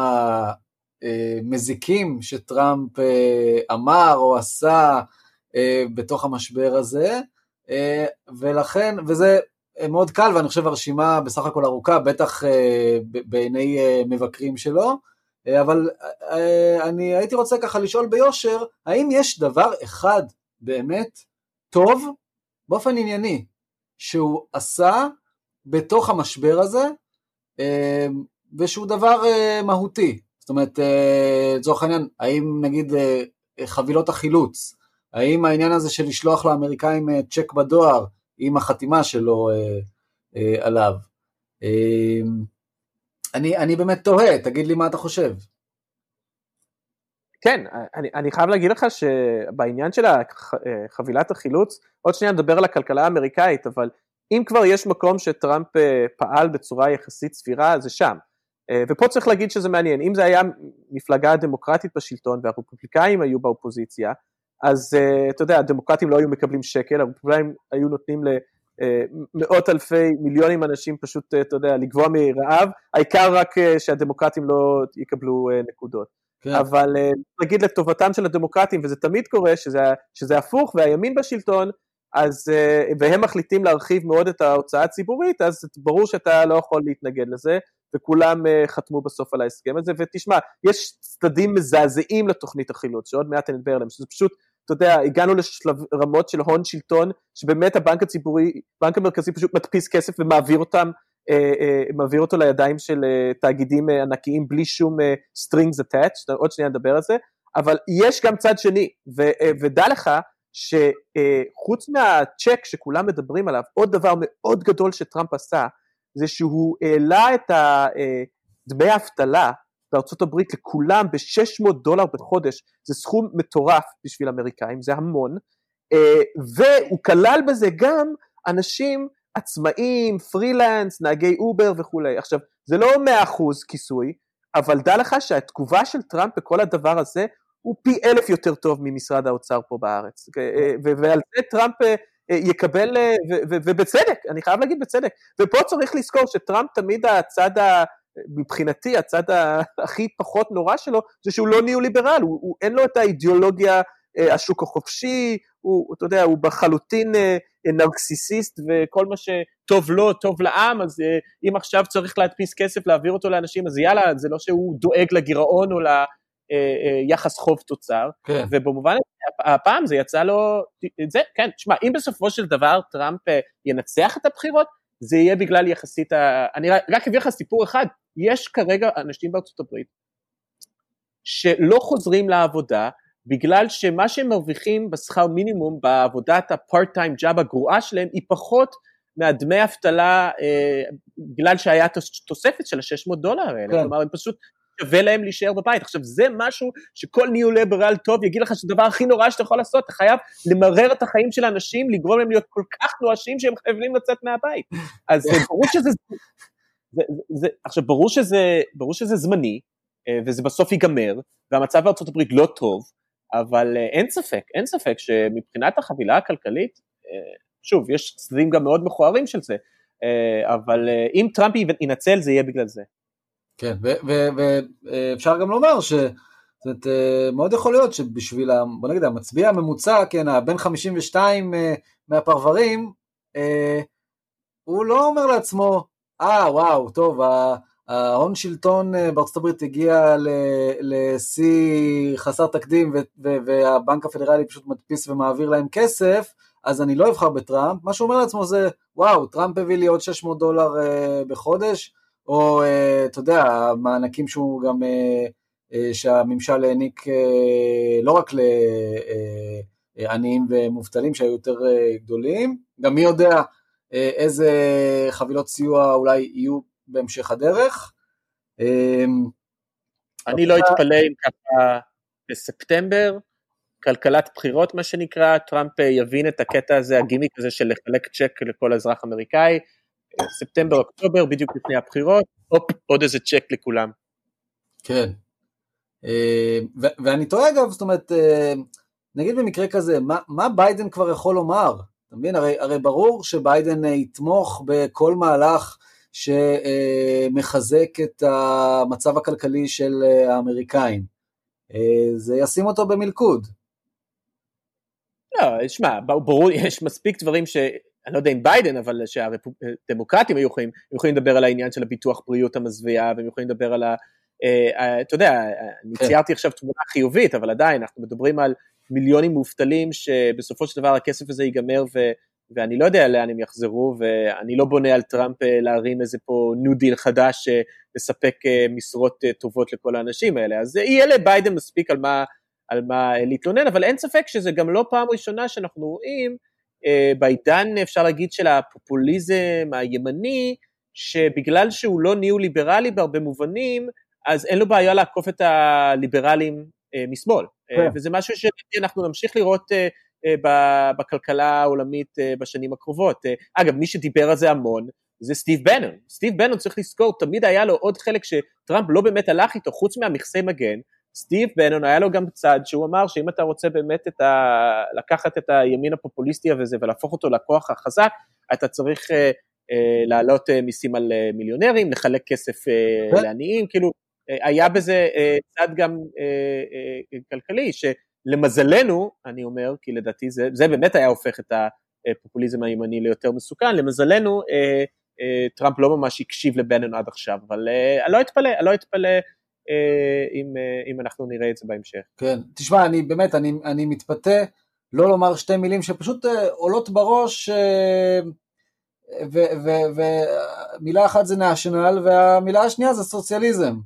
המזיקים שטראמפ אמר או עשה בתוך המשבר הזה, ולכן, וזה מאוד קל, ואני חושב הרשימה בסך הכל ארוכה, בטח בעיני מבקרים שלו, אבל אני הייתי רוצה ככה לשאול ביושר, האם יש דבר אחד באמת טוב, באופן ענייני, שהוא עשה בתוך המשבר הזה, ושהוא דבר מהותי, זאת אומרת, לצורך העניין, האם נגיד חבילות החילוץ, האם העניין הזה של לשלוח לאמריקאים צ'ק בדואר, עם החתימה שלו עליו, אני באמת תוהה, תגיד לי מה אתה חושב. כן, אני חייב להגיד לך שבעניין של חבילת החילוץ, עוד שנייה נדבר על הכלכלה האמריקאית, אבל אם כבר יש מקום שטראמפ פעל בצורה יחסית סבירה, זה שם. ופה צריך להגיד שזה מעניין, אם זה היה מפלגה דמוקרטית בשלטון, והרפובליקאים היו באופוזיציה, אז אתה יודע, הדמוקרטים לא היו מקבלים שקל, הרפובליקאים היו נותנים למאות אלפי מיליונים אנשים פשוט, אתה יודע, לגבוע מרעב, העיקר רק שהדמוקרטים לא יקבלו נקודות. כן. אבל נגיד לטובתם של הדמוקרטים, וזה תמיד קורה, שזה הפוך, והימין בשלטון, אז, והם מחליטים להרחיב מאוד את ההוצאה הציבורית, אז ברור שאתה לא יכול להתנגד לזה, וכולם חתמו בסוף על ההסכם הזה, ותשמע, יש צדדים מזעזעים לתוכנית החילוץ, שעוד מעט נדבר עליהם, שזה פשוט, אתה יודע, הגענו לרמות של הון שלטון, שבאמת הבנק הציבורי, בנק המרכזי פשוט מדפיס כסף ומעביר אותם, מעביר אותו לידיים של תאגידים ענקיים, בלי שום strings attached, עוד שנייה נדבר על זה, אבל יש גם צד שני, ודע לך, שחוץ מהצ'ק שכולם מדברים עליו, עוד דבר מאוד גדול שטראמפ עשה, זה שהוא העלה את דמי האבטלה בארצות הברית לכולם $600 בחודש, זה סכום מטורף בשביל אמריקאים, זה המון, והוא כלל בזה גם אנשים עצמאים, פרילנס, נהגי אובר וכו'. עכשיו, זה לא 100% כיסוי, אבל דע לך שהתגובה של טראמפ בכל הדבר הזה, הוא פי 1000 יותר טוב ממשרד האוצר פה בארץ, ועל זה טראמפ יקבל, ובצדק, אני חייב להגיד בצדק, ופה צריך לזכור שטראמפ תמיד הצד, מבחינתי, הצד הכי פחות נורא שלו, זה שהוא לא ניאו-ליברל, אין לו את האידיאולוגיה, השוק החופשי, אתה יודע, הוא בחלוטין נרקסיסיסט, וכל מה שטוב לו, טוב לעם, אז אם עכשיו צריך להדפיס כסף, להעביר אותו לאנשים, אז יאללה, זה לא שהוא דואג לגירעון, או ליחס חוב תוצר, כן. ובמובן, הפעם זה יצא לו, זה, כן, תשמע, אם בסופו של דבר טראמפ ינצח את הבחירות, זה יהיה בגלל יחסית, אני רק אביא לך סיפור אחד, יש כרגע אנשים בארצות הברית, שלא חוזרים לעבודה, בגלל שמה שהם מרוויחים בשכר מינימום, בעבודת הפארט-טיים ג'אב הגרועה שלהם, היא פחות מהדמי אבטלה, בגלל שהיה תוספת של $600 האלה, כן. כלומר, הם פשוט שווה להם להישאר בבית. עכשיו, זה משהו שכל ניאו-ליברל טוב יגיד לך שזה הדבר הכי נורא שאתה יכול לעשות, אתה חייב למרר את החיים של האנשים, לגרום להם להיות כל כך נואשים שהם חייבים לצאת מהבית. אז ברור שזה, עכשיו, ברור שזה זמני, וזה בסוף ייגמר, והמצב בארצות הברית לא טוב, אבל אין ספק שמבחינת החבילה הכלכלית, שוב, יש צדדים גם מאוד מכוערים של זה, אבל אם טראמפ ינצל, זה יהיה בגלל זה. כן, ואפשר גם לומר זאת אומרת, מאוד יכול להיות שבשביל, בוא נגיד, המצביע הממוצע, כן, בין 52 מהפרברים, הוא לא אומר לעצמו, וואו, טוב, ההון שלטון בארצות הברית הגיע לשיא חסר תקדים, והבנק הפדרלי פשוט מדפיס ומעביר להם כסף, אז אני לא אבחר בטראמפ. מה שהוא אומר לעצמו זה, וואו, טראמפ הביא לי עוד $600 בחודש, או, אתה יודע, המענקים שהוא גם, שהממשל העניק לא רק לעניים ומובטלים שהיו יותר גדולים, גם מי יודע איזה חבילות סיוע אולי יהיו בהמשך הדרך. אני לא אתפלא אם ככה בספטמבר, כלכלת בחירות מה שנקרא, טראמפ יבין את הקטע הזה, הגימיק הזה של לחלק צ'ק לכל אזרח אמריקאי, ספטמבר, אוקטובר, בדיוק לפני הבחירות, עוד איזה צ'ק לכולם. כן. ואני טועה אגב, זאת אומרת, נגיד במקרה כזה, מה ביידן כבר יכול לומר? אתה מבין? הרי ברור שביידן יתמוך בכל מהלך שמחזק את המצב הכלכלי של האמריקאים. זה ישים אותו במלכוד. לא, שמע, ברור, יש מספיק דברים אני לא יודע אם ביידן, אבל שהדמוקרטים יכולים לדבר על העניין של הביטוח בריאות המזוויעה, והם יכולים לדבר על אתה יודע, אני ציירתי עכשיו תמונה חיובית, אבל עדיין אנחנו מדברים על מיליונים מובטלים, שבסופו של דבר הכסף הזה ייגמר, ואני לא יודע לאן הם יחזרו, ואני לא בונה על טראמפ להרים איזה פה ניו דיל חדש, לספק משרות טובות לכל האנשים האלה, אז יהיה לביידן מספיק על מה להתלונן, אבל אין ספק שזה גם לא פעם ראשונה שאנחנו רואים, בעידן אפשר להגיד של הפופוליזם הימני, שבגלל שהוא לא ניאו-ליברלי בהרבה מובנים, אז אין לו בעיה לעקוף את הליברלים משמאל, וזה משהו שאנחנו נמשיך לראות בכלכלה העולמית בשנים הקרובות. אגב, מי שדיבר על זה המון, זה סטיב בנון. סטיב בנון צריך לזכור, תמיד היה לו עוד חלק שטראמפ לא באמת הלך איתו, חוץ מהמכסי מגן, סטיב בנון היה לו גם צד שהוא אמר שאם אתה רוצה באמת לקחת את הימין הפופוליסטי הזה ולהפוך אותו לכוח החזק, אתה צריך להעלות מיסים על מיליונרים, לחלק כסף לעניים, כאילו היה בזה צד גם כלכלי, שלמזלנו, אני אומר, כי לדעתי זה באמת היה הופך את הפופוליזם הימני ליותר מסוכן, למזלנו טראמפ לא ממש הקשיב לבנון עד עכשיו, אבל אני לא אתפלא אם אנחנו נראה את זה בהמשך. כן, תשמע, אני מתפתה לא לומר שתי מילים שפשוט עולות בראש, ומילה אחת זה national, והמילה השנייה זה סוציאליזם.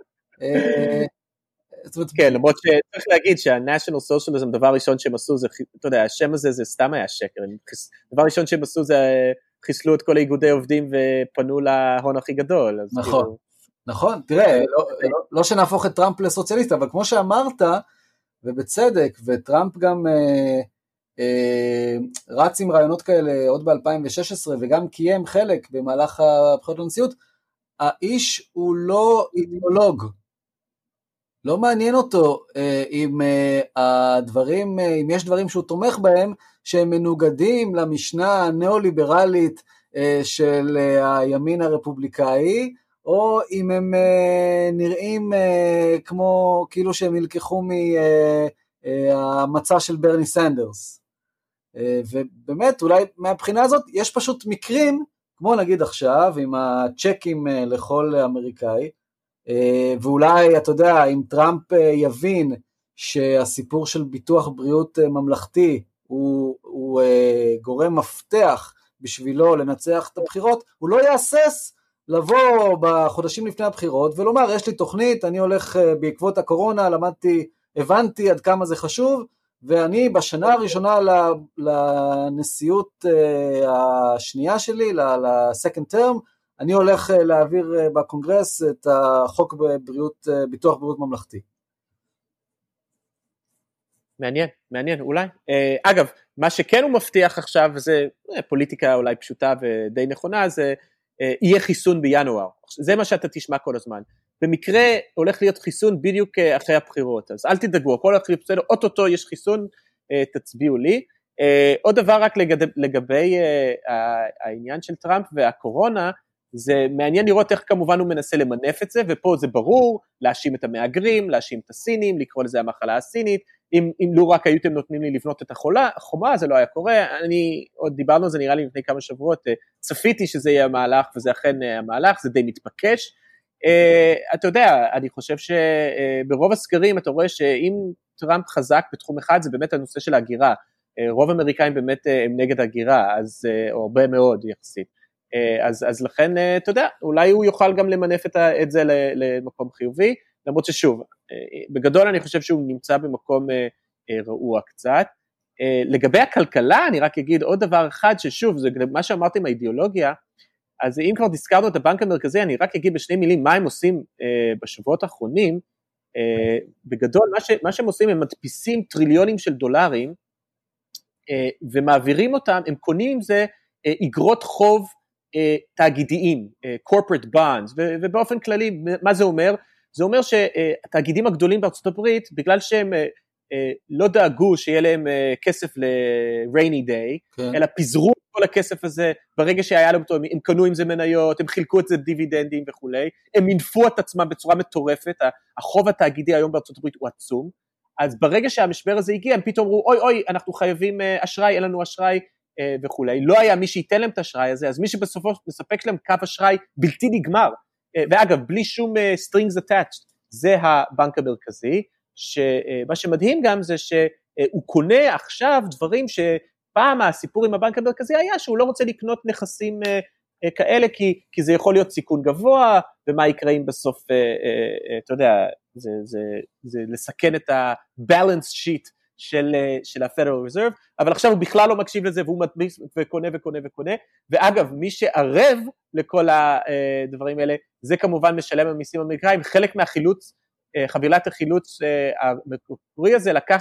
כן, למרות שצריך להגיד שה-national socialism, דבר ראשון שהם עשו, אתה יודע, השם הזה זה סתם היה שקר, דבר ראשון שהם עשו זה חיסלו את כל האיגודי עובדים ופנו להון הכי גדול. נכון. נכון, תראה, לא שנהפוך את טראמפ לסוציאליסט, אבל כמו שאמרת, ובצדק, וטראמפ גם רץ עם רעיונות כאלה עוד ב-2016, וגם קיים חלק במהלך הבחירות לנשיאות, האיש הוא לא אידיאולוג, לא מעניין אותו אם יש דברים שהוא תומך בהם, שהם מנוגדים למשנה הנאו-ליברלית של הימין הרפובליקאי, או אם הם נראים כמו, כאילו שהם ילקחו מהמצע של ברני סנדרס. ובאמת, אולי מהבחינה הזאת, יש פשוט מקרים, כמו נגיד עכשיו, עם הצ'קים לכל אמריקאי, ואולי, אתה יודע, אם טראמפ יבין שהסיפור של ביטוח בריאות ממלכתי, הוא גורם מפתח בשבילו לנצח את הבחירות, הוא לא יאסס, לבוא בחודשים לפני הבחירות ולומר, יש לי תוכנית, אני הולך בעקבות הקורונה, הבנתי עד כמה זה חשוב, ואני בשנה הראשונה לנשיאות השנייה שלי, ל-second term, אני הולך להעביר בקונגרס את החוק ביטוח בריאות ממלכתי. מעניין, אולי. אגב, מה שכן הוא מבטיח עכשיו, וזה פוליטיקה אולי פשוטה ודי נכונה, זה יהיה חיסון בינואר. זה מה שאתה תשמע כל הזמן. במקרה הולך להיות חיסון בדיוק אחרי הבחירות, אז אל תדאגו, הכל הולך להיות בסדר, אוטוטו יש חיסון, תצביעו לי. עוד דבר רק לגבי העניין של טראמפ והקורונה, זה מעניין לראות איך כמובן הוא מנסה למנף את זה, ופה זה ברור, להאשים את המאגרים, להאשים את הסינים, לקרוא לזה המחלה הסינית, אם לא רק הייתם נותנים לי לבנות את החומה, זה לא היה קורה, אני עוד דיברנו על זה נראה לי לפני כמה שבועות, צפיתי שזה יהיה המהלך, וזה אכן המהלך, זה די מתבקש, אתה יודע, אני חושב שברוב הסקרים אתה רואה שאם טראמפ חזק בתחום אחד, זה באמת הנושא של ההגירה, רוב האמריקאים באמת הם נגד הגירה, אז הרבה מאוד יחסית, אז לכן, אתה יודע, אולי הוא יוכל גם למנף את זה למקום חיובי, למרות ששוב, בגדול אני חושב שהוא נמצא במקום רעוע קצת, לגבי הכלכלה אני רק אגיד עוד דבר אחד, ששוב, זה מה שאמרתי עם האידיאולוגיה, אז אם כבר דסקרנו את הבנק המרכזי, אני רק אגיד בשני מילים מה הם עושים בשבועות האחרונים, בגדול מה שהם עושים, הם מדפיסים טריליונים של דולרים, ומעבירים אותם, הם קונים עם זה אגרות חוב תאגידיים, corporate bonds, ובאופן כללי, מה זה אומר? זה אומר שהתאגידים הגדולים בארצות הברית, בגלל שהם לא דאגו שיהיה להם כסף ל-rainy day, כן. אלא פיזרו את כל הכסף הזה, ברגע שהיה להם אותו, הם קנו עם זה מניות, הם חילקו את זה דיבידנדים וכו', הם מנפו את עצמם בצורה מטורפת, החוב התאגידי היום בארצות הברית הוא עצום, אז ברגע שהמשבר הזה הגיע, הם פתאום אמרו, אוי, אנחנו חייבים אשראי, אין לנו אשראי וכו', לא היה מי שייתן להם את האשראי הזה, אז מי שבסופו מספק להם קו אשראי בלתי נגמר, ואגב, בלי שום strings attached, זה הבנק המרכזי, שמה שמדהים גם זה שהוא קונה עכשיו דברים שפעם הסיפור עם הבנק המרכזי היה שהוא לא רוצה לקנות נכסים כאלה, כי זה יכול להיות סיכון גבוה, ומה יקרה אם בסוף, אתה יודע, זה לסכן את ה-balance sheet של ה-Federal Reserve, אבל עכשיו הוא בכלל לא מקשיב לזה, והוא מדפיס וקונה וקונה וקונה, ואגב, מי שערב לכל הדברים האלה, זה כמובן משלם המיסים האמריקאים, חלק מהחילוץ, חבילת החילוץ המקורי הזה, לקח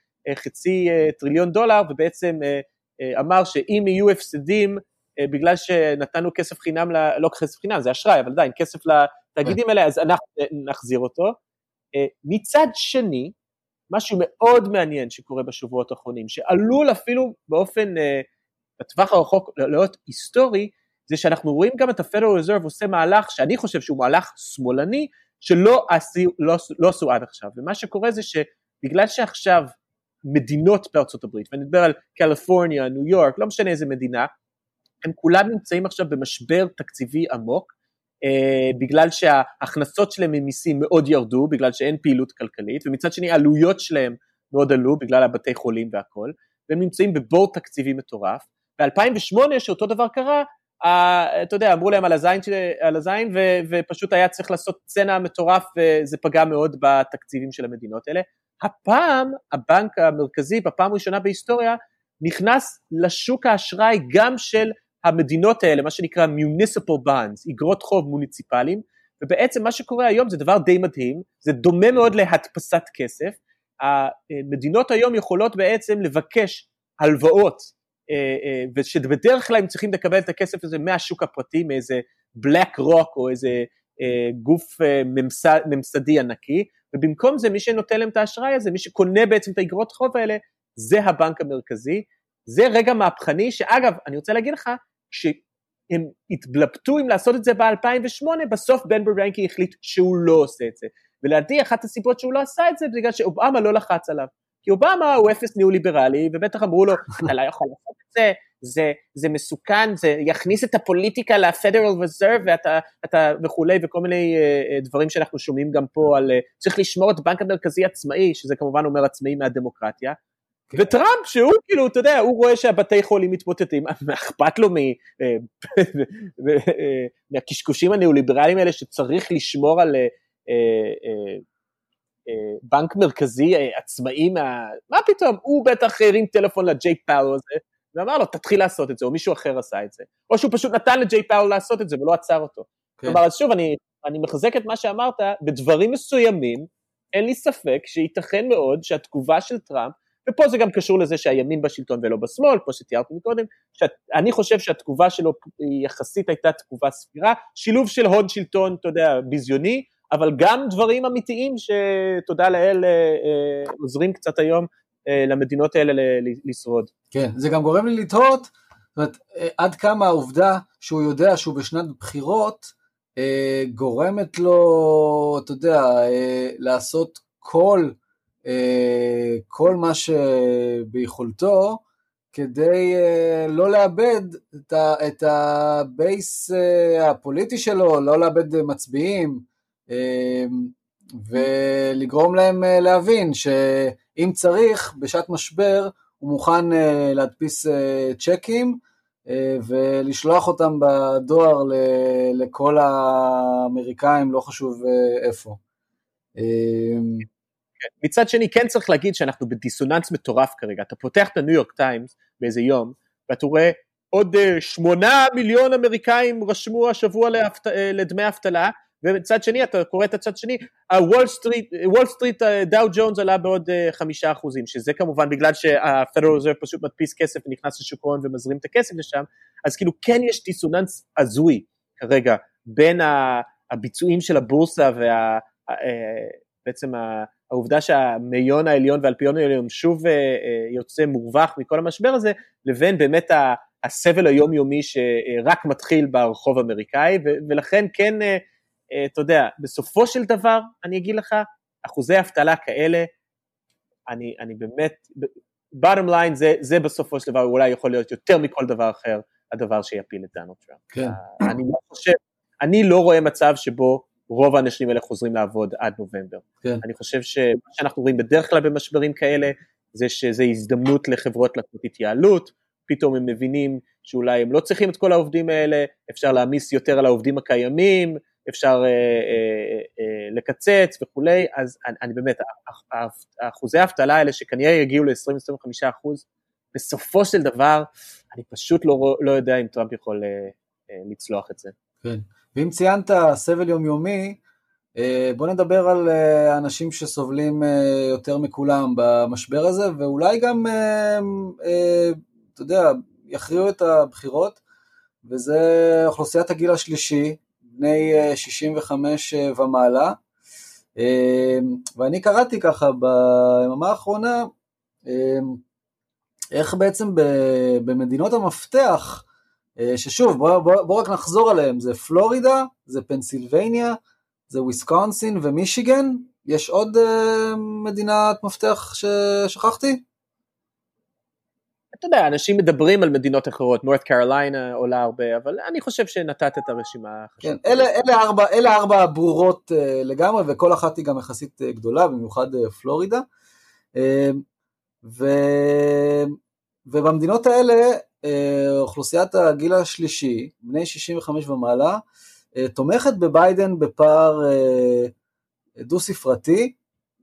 $500 טריליון, ובעצם אמר שאם יהיו הפסדים, בגלל שנתנו כסף חינם, לא כסף חינם, זה אשראי, אבל עדיין, כסף לתאגידים האלה, אז אנחנו נחזיר אותו. מצד שני, משהו מאוד מעניין שקורה בשבועות האחרונים, שעלול אפילו באופן, בטווח הרחוק, להיות היסטורי, זה שאנחנו רואים גם את ה-Federal Reserve עושה מהלך, שאני חושב שהוא מהלך שמאלני, שלא עשו עד עכשיו, ומה שקורה זה שבגלל שעכשיו מדינות בארצות הברית, ואני מדבר על קליפורניה, ניו יורק, לא משנה איזה מדינה, הם כולם נמצאים עכשיו במשבר תקציבי עמוק, בגלל שההכנסות שלהם ממיסים מאוד ירדו, בגלל שאין פעילות כלכלית, ומצד שני העלויות שלהם מאוד עלו, בגלל הבתי חולים והכל, והם נמצאים בבור תקציבי מטורף, ב-2008 שאותו דבר קרה, אתה יודע, אמרו להם על הזין, ופשוט היה צריך לעשות סצנה מטורף, וזה פגע מאוד בתקציבים של המדינות האלה. הפעם, הבנק המרכזי, בפעם ראשונה בהיסטוריה, נכנס לשוק האשראי גם של המדינות האלה, מה שנקרא municipal bonds, אגרות חוב מוניציפליים, ובעצם מה שקורה היום זה דבר די מדהים, זה דומה מאוד להדפסת כסף, המדינות היום יכולות בעצם לבקש הלוואות, ושבדרך כלל הם צריכים לקבל את הכסף הזה מהשוק הפרטי, מאיזה בלק רוק או איזה גוף ממסדי ענקי, ובמקום זה מי שנותן להם את האשראי הזה, מי שקונה בעצם את האגרות חוב האלה, זה הבנק המרכזי, זה רגע מהפכני, שאגב, אני רוצה להגיד לך, שהם התבלבטו אם לעשות את זה ב-2008, בסוף בן ברנקי החליט שהוא לא עושה את זה, ולדעתי אחת הסיבות שהוא לא עשה את זה, בגלל שאובמה לא לחץ עליו, כי אובמה הוא אפס ניאו-ליברלי, ובטח אמרו לו, אתה לא יכול לעשות את זה, זה מסוכן, זה יכניס את הפוליטיקה ל-Federal Reserve, ואתה וכולי, וכל מיני דברים שאנחנו שומעים גם פה, על צריך לשמור את בנק המרכזי עצמאי, שזה כמובן אומר עצמאי מהדמוקרטיה, וטראמפ שהוא כאילו, אתה יודע, הוא רואה שהבתי חולים מתמוטטים, אכפת לו מהקשקושים הניאו-ליברליים האלה, שצריך לשמור על בנק מרכזי עצמאי, מה פתאום, הוא בטח הרים טלפון לג'יי פאוול הזה, ואמר לו, תתחיל לעשות את זה, או מישהו אחר עשה את זה, או שהוא פשוט נתן לג'יי פאוול לעשות את זה, ולא עצר אותו. כלומר, אז שוב, אני מחזק את מה שאמרת, בדברים מסוימים, אין לי ספק שייתכן מאוד שהתגובה של טראמפ, ופה זה גם קשור לזה שהימין בשלטון ולא בשמאל, כמו שתיארתי מקודם, אני חושב שהתגובה שלו יחסית הייתה תגובה סבירה, שילוב של הון שלטון, אתה יודע, ביזיוני, אבל גם דברים אמיתיים שתודה לאל עוזרים קצת היום למדינות האלה לשרוד. כן, זה גם גורם לי לתהות, זאת אומרת, עד כמה העובדה שהוא יודע שהוא בשנת בחירות, גורמת לו, אתה יודע, לעשות כל מה שביכולתו, כדי לא לאבד את הבייס הפוליטי שלו, לא לאבד מצביעים, ולגרום להם להבין שאם צריך, בשעת משבר, הוא מוכן להדפיס צ'קים, ולשלוח אותם בדואר לכל האמריקאים, לא חשוב איפה. מצד שני, כן צריך להגיד שאנחנו בדיסוננס מטורף כרגע. אתה פותח את הניו יורק טיימס באיזה יום, ואתה רואה עוד 8 מיליון אמריקאים רשמו השבוע לדמי אבטלה, ומצד שני, אתה קורא את הצד שני, וול סטריט דאו ג'ונס עלה בעוד 5%, שזה כמובן בגלל שהפדרל רזרב פשוט מדפיס כסף ונכנס לשוק ההון ומזרים את הכסף לשם, אז כאילו כן יש דיסוננס הזוי כרגע, בין הביצועים של הבורסה, ובעצם העובדה שהמאיון העליון והאלפיון העליון שוב יוצא מורווח מכל המשבר הזה, לבין באמת הסבל היומיומי שרק מתחיל ברחוב האמריקאי, ולכן כן, אתה יודע, בסופו של דבר, אני אגיד לך, אחוזי אבטלה כאלה, אני באמת, bottom line, זה בסופו של דבר, אולי יכול להיות יותר מכל דבר אחר, הדבר שיפיל את דונלד טראמפ. כן. אני לא רואה מצב שבו רוב האנשים האלה חוזרים לעבוד עד נובמבר. כן. אני חושב שמה שאנחנו רואים בדרך כלל במשברים כאלה, זה שזה הזדמנות לחברות לעשות התייעלות, פתאום הם מבינים שאולי הם לא צריכים את כל העובדים האלה, אפשר להמיס יותר על העובדים הקיימים, אפשר לקצץ וכולי, אז אני באמת, האחוזי האבטלה האלה שכנראה יגיעו ל-20-25%, בסופו של דבר, אני פשוט לא יודע אם טראמפ יכול לצלוח את זה. כן, ואם ציינת סבל יומיומי, בוא נדבר על אנשים שסובלים יותר מכולם במשבר הזה, ואולי גם, אתה יודע, יכריעו את הבחירות, וזה אוכלוסיית הגיל השלישי, בני 65 ומעלה, ואני קראתי ככה ביממה האחרונה, איך בעצם במדינות המפתח, ששוב, בוא רק נחזור עליהם, זה פלורידה, זה פנסילבניה, זה וויסקונסין ומישיגן, יש עוד מדינת מפתח ששכחתי? אתה יודע, אנשים מדברים על מדינות אחרות, נורת קרוליינה עולה הרבה, אבל אני חושב שנתת את הרשימה. כן, אלה 4 ברורות לגמרי, וכל אחת היא גם יחסית גדולה, במיוחד פלורידה, ובמדינות האלה, אוכלוסיית הגיל השלישי, בני 65 ומעלה, תומכת בביידן בפער דו ספרתי,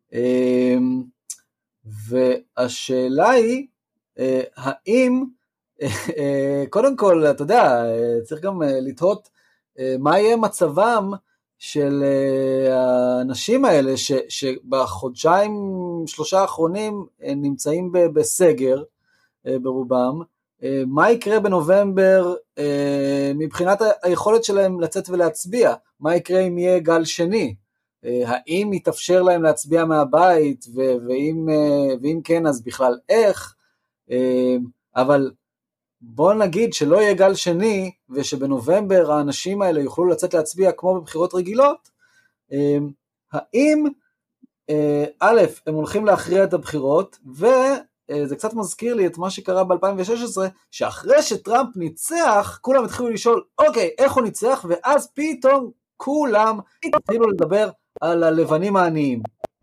והשאלה היא, האם, קודם כל, אתה יודע, צריך גם לתהות, מה יהיה מצבם של האנשים האלה, שבחודשיים 3 האחרונים נמצאים בסגר, ברובם, מה יקרה בנובמבר, מבחינת היכולת שלהם לצאת ולהצביע, מה יקרה אם יהיה גל שני, האם יתאפשר להם להצביע מהבית, ואם כן, אז בכלל איך, אבל בוא נגיד שלא יהיה גל שני, ושבנובמבר האנשים האלה יוכלו לצאת להצביע כמו בבחירות רגילות, האם א', הם הולכים להכריע את הבחירות, וזה קצת מזכיר לי את מה שקרה ב-2016, שאחרי שטראמפ ניצח, כולם התחילו לשאול, אוקיי, איך הוא ניצח, ואז פתאום כולם התחילו לדבר על הלבנים העניים.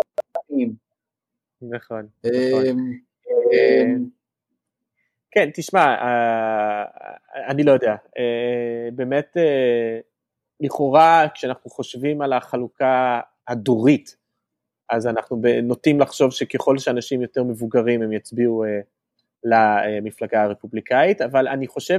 נכון. כן, תשמע, אני לא יודע, באמת לכאורה כשאנחנו חושבים על החלוקה הדורית, אז אנחנו נוטים לחשוב שככל שאנשים יותר מבוגרים הם יצביעו למפלגה הרפובליקאית, אבל אני חושב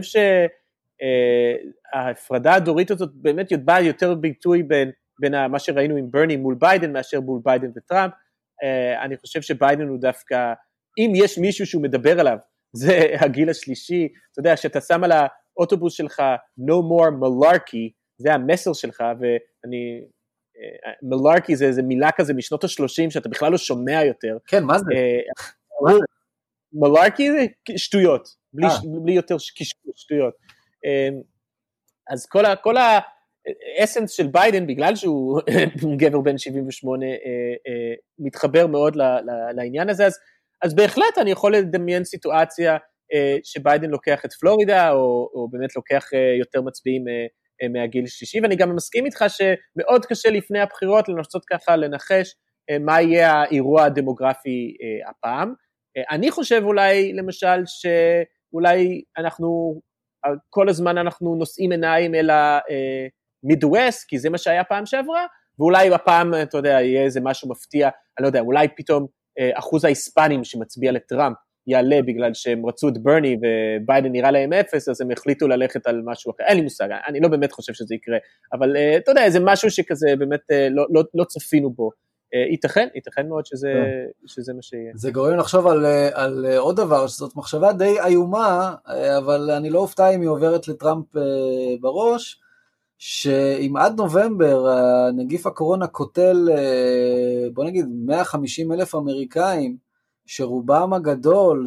שההפרדה הדורית הזאת באמת באה יותר ביטוי בין מה שראינו עם ברני מול ביידן מאשר מול ביידן וטראמפ, אני חושב שביידן הוא דווקא, אם יש מישהו שהוא מדבר עליו, זה הגיל השלישי, אתה יודע, שאתה שם על האוטובוס שלך, no more malarkey, זה המסר שלך, ואני, malarkey זה איזה מילה כזה משנות ה-30, שאתה בכלל לא שומע יותר. כן, מה זה? malarkey זה שטויות, בלי יותר שטויות. אז כל האסנס של ביידן, בגלל שהוא גבר בן 78, מתחבר מאוד לעניין הזה, אז בהחלט אני יכול לדמיין סיטואציה שביידן לוקח את פלורידה, או באמת לוקח יותר מצביעים מהגיל שלישי, ואני גם מסכים איתך שמאוד קשה לפני הבחירות לנסות ככה לנחש מה יהיה האירוע הדמוגרפי הפעם. אני חושב אולי, למשל, שאולי כל הזמן אנחנו נושאים עיניים אל המידווסט, כי זה מה שהיה פעם שעברה, ואולי בפעם, אתה יודע, יהיה איזה משהו מפתיע, אני לא יודע, אולי פתאום אחוז ההיספנים שמצביע לטראמפ יעלה בגלל שהם רצו את ברני וביידן נראה להם 0, אז הם החליטו ללכת על משהו אחר. אין לי מושג, אני לא באמת חושב שזה יקרה, אבל אתה יודע, זה משהו שכזה באמת לא צפינו בו. ייתכן מאוד שזה מה שיהיה. זה גורם לחשוב על עוד דבר, שזאת מחשבה די איומה, אבל אני לא אופתע אם היא עוברת לטראמפ בראש, שאם עד נובמבר נגיף הקורונה קוטל, בוא נגיד 150,000 אמריקאים, שרובם הגדול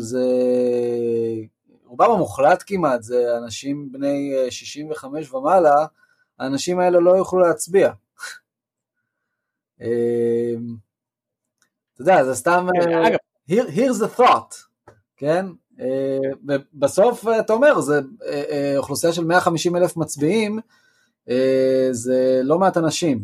רובם המוחלט כמעט, זה אנשים בני 65 ומעלה, האנשים האלה לא יוכלו להצביע. אתה יודע, זה סתם, here's the thought, כן? ובסוף אתה אומר, זה אוכלוסייה של 150,000 מצביעים, זה לא מעט אנשים.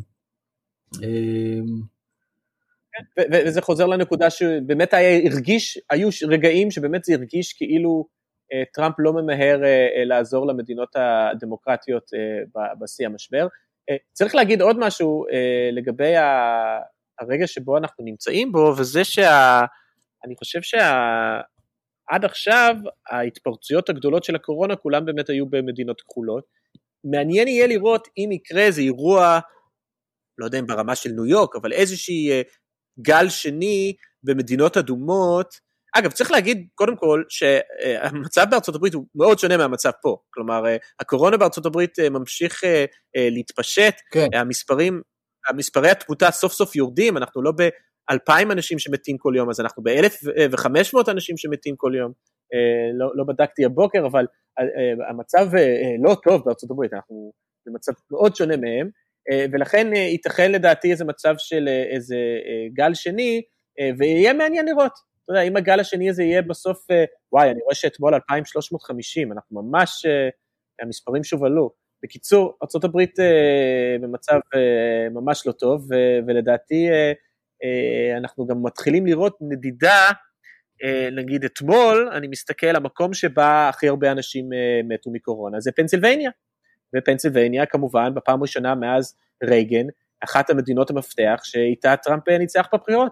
וזה חוזר לנקודה שבאמת היו רגעים שבאמת זה הרגיש כאילו טראמפ לא ממהר לעזור למדינות הדמוקרטיות בשיא המשבר. צריך להגיד עוד משהו לגבי הרגע שבו אנחנו נמצאים בו, וזה אני חושב שעד עכשיו ההתפרצויות הגדולות של הקורונה כולם באמת היו במדינות כחולות. מעניין יהיה לראות אם יקרה איזה אירוע, לא יודע אם ברמה של ניו יורק, אבל איזושהי גל שני במדינות אדומות. אגב, צריך להגיד קודם כל שהמצב בארצות הברית הוא מאוד שונה מהמצב פה, כלומר הקורונה בארצות הברית ממשיך להתפשט, כן. המספרי התמותה סוף סוף יורדים, אנחנו לא ב-2,000 אנשים שמתים כל יום, אז אנחנו ב-1,500 אנשים שמתים כל יום, לא בדקתי הבוקר, אבל המצב לא טוב בארצות הברית, אנחנו במצב מאוד שונה מהם, ולכן ייתכן לדעתי איזה מצב של איזה גל שני, ויהיה מעניין לראות, אתה יודע, אם הגל השני הזה יהיה בסוף, וואי, אני רואה שאתמול 2,350, אנחנו ממש, המספרים שוב עלו. בקיצור, ארצות הברית במצב ממש לא טוב, ולדעתי אנחנו גם מתחילים לראות נדידה, נגיד אתמול, אני מסתכל, המקום שבה הכי הרבה אנשים מתו מקורונה, זה פנסילבניה. ופנסילבניה, כמובן, בפעם ראשונה מאז רייגן, אחת המדינות המפתח, שאיתה טראמפ ניצח בבחירות.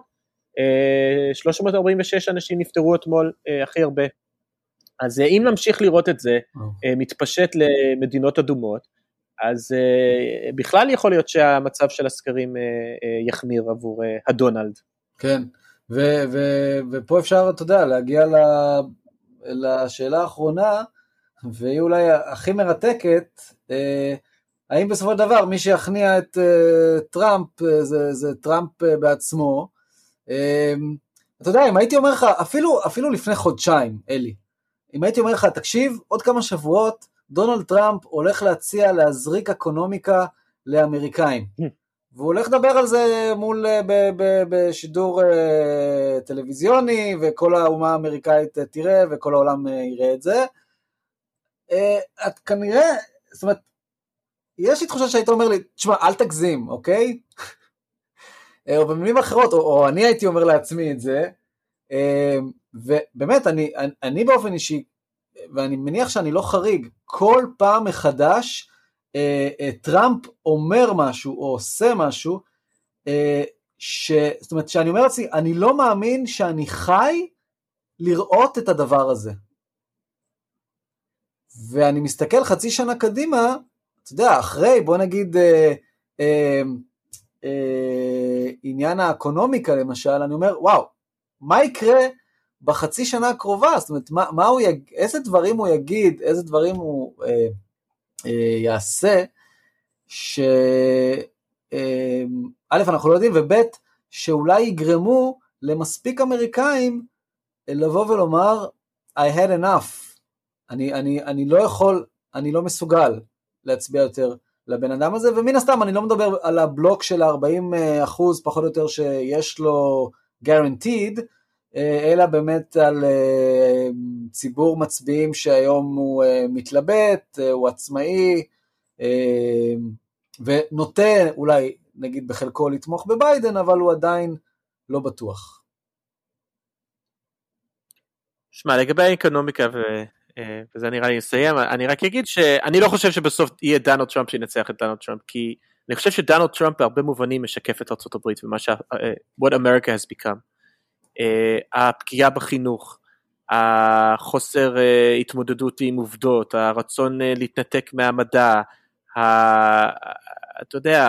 346 אנשים נפטרו אתמול הכי הרבה. אז אם נמשיך לראות את זה, מתפשט למדינות אדומות, אז בכלל יכול להיות שהמצב של הסקרים יחמיר עבור הדונלד. כן, ופה אפשר, אתה יודע, להגיע לשאלה האחרונה, והיא אולי הכי מרתקת, האם בסופו של דבר מי שיכניע את טראמפ, זה טראמפ בעצמו. אתה יודע, אם הייתי אומר לך, אפילו לפני חודשיים, אלי, אם הייתי אומר לך, תקשיב, עוד כמה שבועות, דונלד טראמפ הולך להציע להזריק אקונומיקה לאמריקאים, והוא הולך לדבר על זה מול, בשידור טלוויזיוני, וכל האומה האמריקאית תראה, וכל העולם יראה את זה, את כנראה, זאת אומרת, יש לי תחושה שהיית אומר לי, תשמע, אל תגזים, אוקיי? או במילים אחרות, או אני הייתי אומר לעצמי את זה, ובאמת, אני באופן אישי, ואני מניח שאני לא חריג, כל פעם מחדש, טראמפ אומר משהו, או עושה משהו, זאת אומרת, שאני אומר לעצמי, אני לא מאמין שאני חי לראות את הדבר הזה. ואני מסתכל חצי שנה קדימה, אתה יודע, אחרי, בוא נגיד, עניין האקונומיקה למשל, אני אומר, וואו, מה יקרה בחצי שנה הקרובה? זאת אומרת, איזה דברים הוא יגיד, איזה דברים הוא יעשה, א', אנחנו לא יודעים, וב', שאולי יגרמו למספיק אמריקאים לבוא ולומר, I had enough, אני לא יכול, אני לא מסוגל להצביע יותר לבן אדם הזה, ומן הסתם אני לא מדבר על הבלוק של 40% פחות או יותר שיש לו guaranteed, אלא באמת על ציבור מצביעים שהיום הוא מתלבט, הוא עצמאי, ונוטה אולי נגיד בחלקו לתמוך בביידן, אבל הוא עדיין לא בטוח. שמע, לגבי האקונומיקה, וזה נראה לי נסיים, אני רק אגיד שאני לא חושב שבסוף יהיה דונלד טראמפ שינצח את דונלד טראמפ, כי אני חושב שדונלד טראמפ בהרבה מובנים משקף את ארצות הברית, ומה what America has become. הפגיעה בחינוך, החוסר התמודדות עם עובדות, הרצון להתנתק מהמדע, אתה יודע,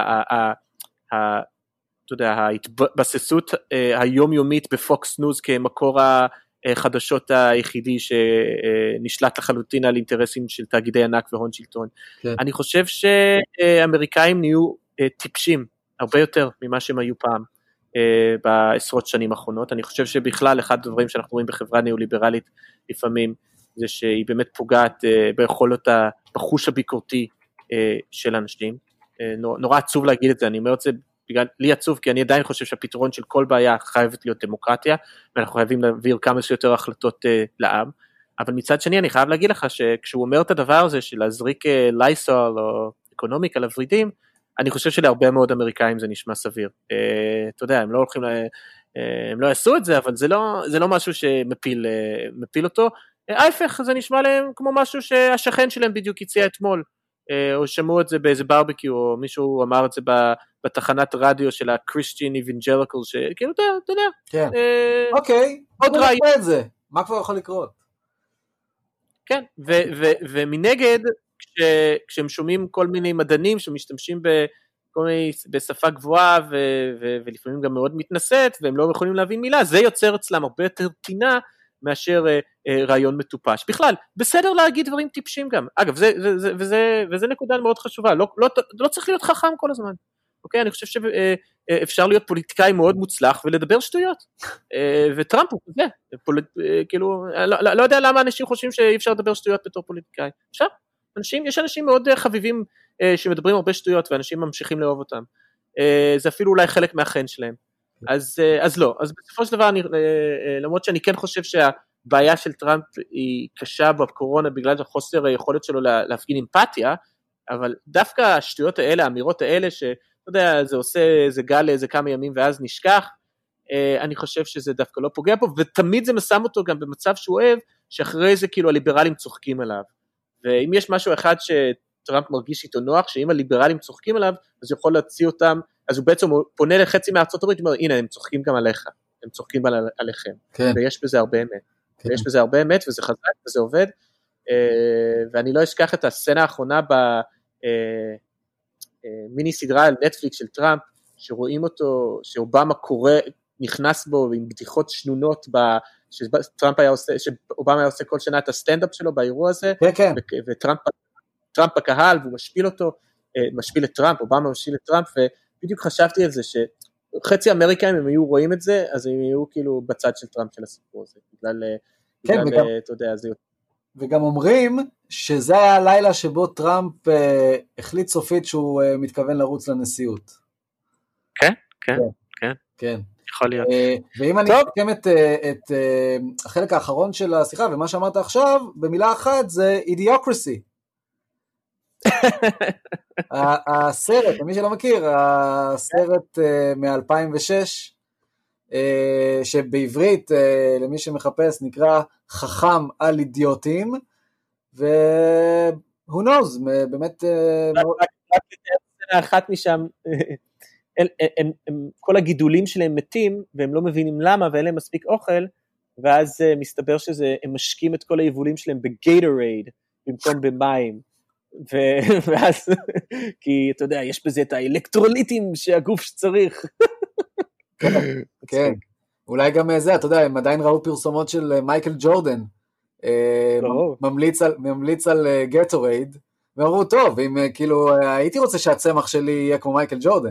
ההתבססות היומיומית בפוקס ניוז כמקור החדשות היחידי שנשלט לחלוטין על אינטרסים של תאגידי ענק והון שלטון. כן. אני חושב שאמריקאים נהיו טיפשים הרבה יותר ממה שהם היו פעם בעשרות שנים האחרונות. אני חושב שבכלל אחד הדברים שאנחנו רואים בחברה ניאו-ליברלית לפעמים זה שהיא באמת פוגעת ביכולות בחוש הביקורתי של אנשים. נורא עצוב להגיד את זה, אני אומר את זה בגלל, לי עצוב, כי אני עדיין חושב שהפתרון של כל בעיה חייבת להיות דמוקרטיה, ואנחנו חייבים להעביר כמה שיותר החלטות לעם, אבל מצד שני אני חייב להגיד לך שכשהוא אומר את הדבר הזה של להזריק לייסול או אקונומיקה לוורידים, אני חושב שלהרבה מאוד אמריקאים זה נשמע סביר. אתה יודע, הם לא הולכים, הם לא יעשו את זה, אבל זה לא משהו שמפיל אותו, ההפך, זה נשמע להם כמו משהו שהשכן שלהם בדיוק הציע אתמול, או שמעו את זה באיזה ברבקיו, או מישהו אמר את זה בתחנת רדיו של ה-Christian Evangelical, שכאילו, אתה יודע. כן, אוקיי, עוד רעיון את זה, מה כבר יכול לקרות? כן, ומנגד, כשהם שומעים כל מיני מדענים שמשתמשים בשפה גבוהה, ולפעמים גם מאוד מתנשאת, והם לא יכולים להבין מילה, זה יוצר אצלם הרבה יותר טינה, מאשר רעיון מטופש. בכלל, בסדר להגיד דברים טיפשים גם. אגב, וזה נקודה מאוד חשובה. לא צריך להיות חכם כל הזמן. אוקיי? אני חושב שאפשר להיות פוליטיקאי מאוד מוצלח ולדבר שטויות. וטראמפ הוא כזה. כאילו, לא יודע למה אנשים חושבים שאי אפשר לדבר שטויות בתור פוליטיקאי. אפשר? יש אנשים מאוד חביבים שמדברים הרבה שטויות, ואנשים ממשיכים לאהוב אותם. זה אפילו אולי חלק מהחן שלהם. אז לא, אז בסופו של דבר, למרות שאני כן חושב שהבעיה של טראמפ היא קשה בקורונה, בגלל החוסר היכולת שלו להפגין אמפתיה, אבל דווקא השטויות האלה, האמירות האלה, שאתה יודע, זה עושה איזה גל לאיזה כמה ימים ואז נשכח, אני חושב שזה דווקא לא פוגע פה, ותמיד זה משם אותו גם במצב שהוא אוהב, שאחרי זה כאילו הליברלים צוחקים עליו, ואם יש משהו אחד שטראמפ מרגיש איתו נוח, שאם הליברלים צוחקים עליו, אז הוא יכול להציע אותם, אז הוא בעצם פונה לחצי מארצות הברית, הוא אומר, הנה, הם צוחקים גם עליך, הם צוחקים עליכם, כן. ויש בזה הרבה אמת, כן. ויש בזה הרבה אמת, וזה חזק, וזה עובד, ואני לא אשכח את הסצנה האחרונה, במיני סדרה על נטפליקס של טראמפ, שרואים אותו, שאובמה נכנס בו, עם בדיחות שנונות, שאובמה היה עושה כל שנה את הסטנדאפ שלו, באירוע הזה, כן, כן. וטראמפ בקהל, והוא משפיל אותו, משפיל את טראמפ, אובמה משפיל את טראמפ, ובדיוק חשבתי על זה, שחצי אמריקאים, הם היו רואים את זה, אז הם היו כאילו בצד של טראמפ של הסיפור הזה, בגלל, אתה יודע, זה... וגם אומרים שזה היה הלילה שבו טראמפ החליט סופית שהוא מתכוון לרוץ לנשיאות. כן, כן, כן. כן. יכול להיות. ואם אני אסכם את החלק האחרון של השיחה, ומה שאמרת עכשיו, במילה אחת זה אידיוקרסי. הסרט, למי שלא מכיר, הסרט מ-2006, שבעברית, למי שמחפש, נקרא חכם על אידיוטים, who knows, באמת... אחת משם, כל הגידולים שלהם מתים, והם לא מבינים למה, ואין להם מספיק אוכל, ואז מסתבר שהם משקים את כל היבולים שלהם בגייטורייד, במקום במים, ואז, כי אתה יודע, יש בזה את האלקטרוליטים שהגוף שצריך. כן, אולי גם זה, אתה יודע, הם עדיין ראו פרסומות של מייקל ג'ורדן, ממליץ על גייטורייד, ואמרו, טוב, אם כאילו, הייתי רוצה שהצמח שלי יהיה כמו מייקל ג'ורדן.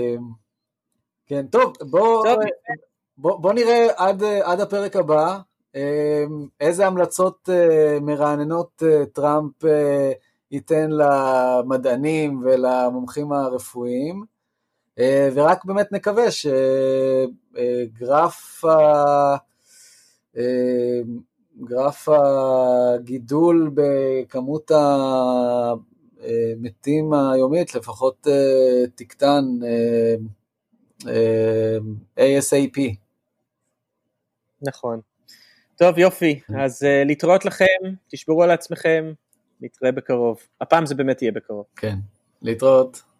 כן, טוב, בוא נראה עד הפרק הבא, איזה המלצות מרעננות טראמפ ייתן למדענים ולמומחים הרפואיים, ורק באמת נקווה גרף הגידול בכמות המתים היומית לפחות תקטן ASAP. נכון. טוב, יופי, אז להתראות לכם, תשברו על עצמכם, נתראה בקרוב. הפעם זה באמת יהיה בקרוב. כן, להתראות.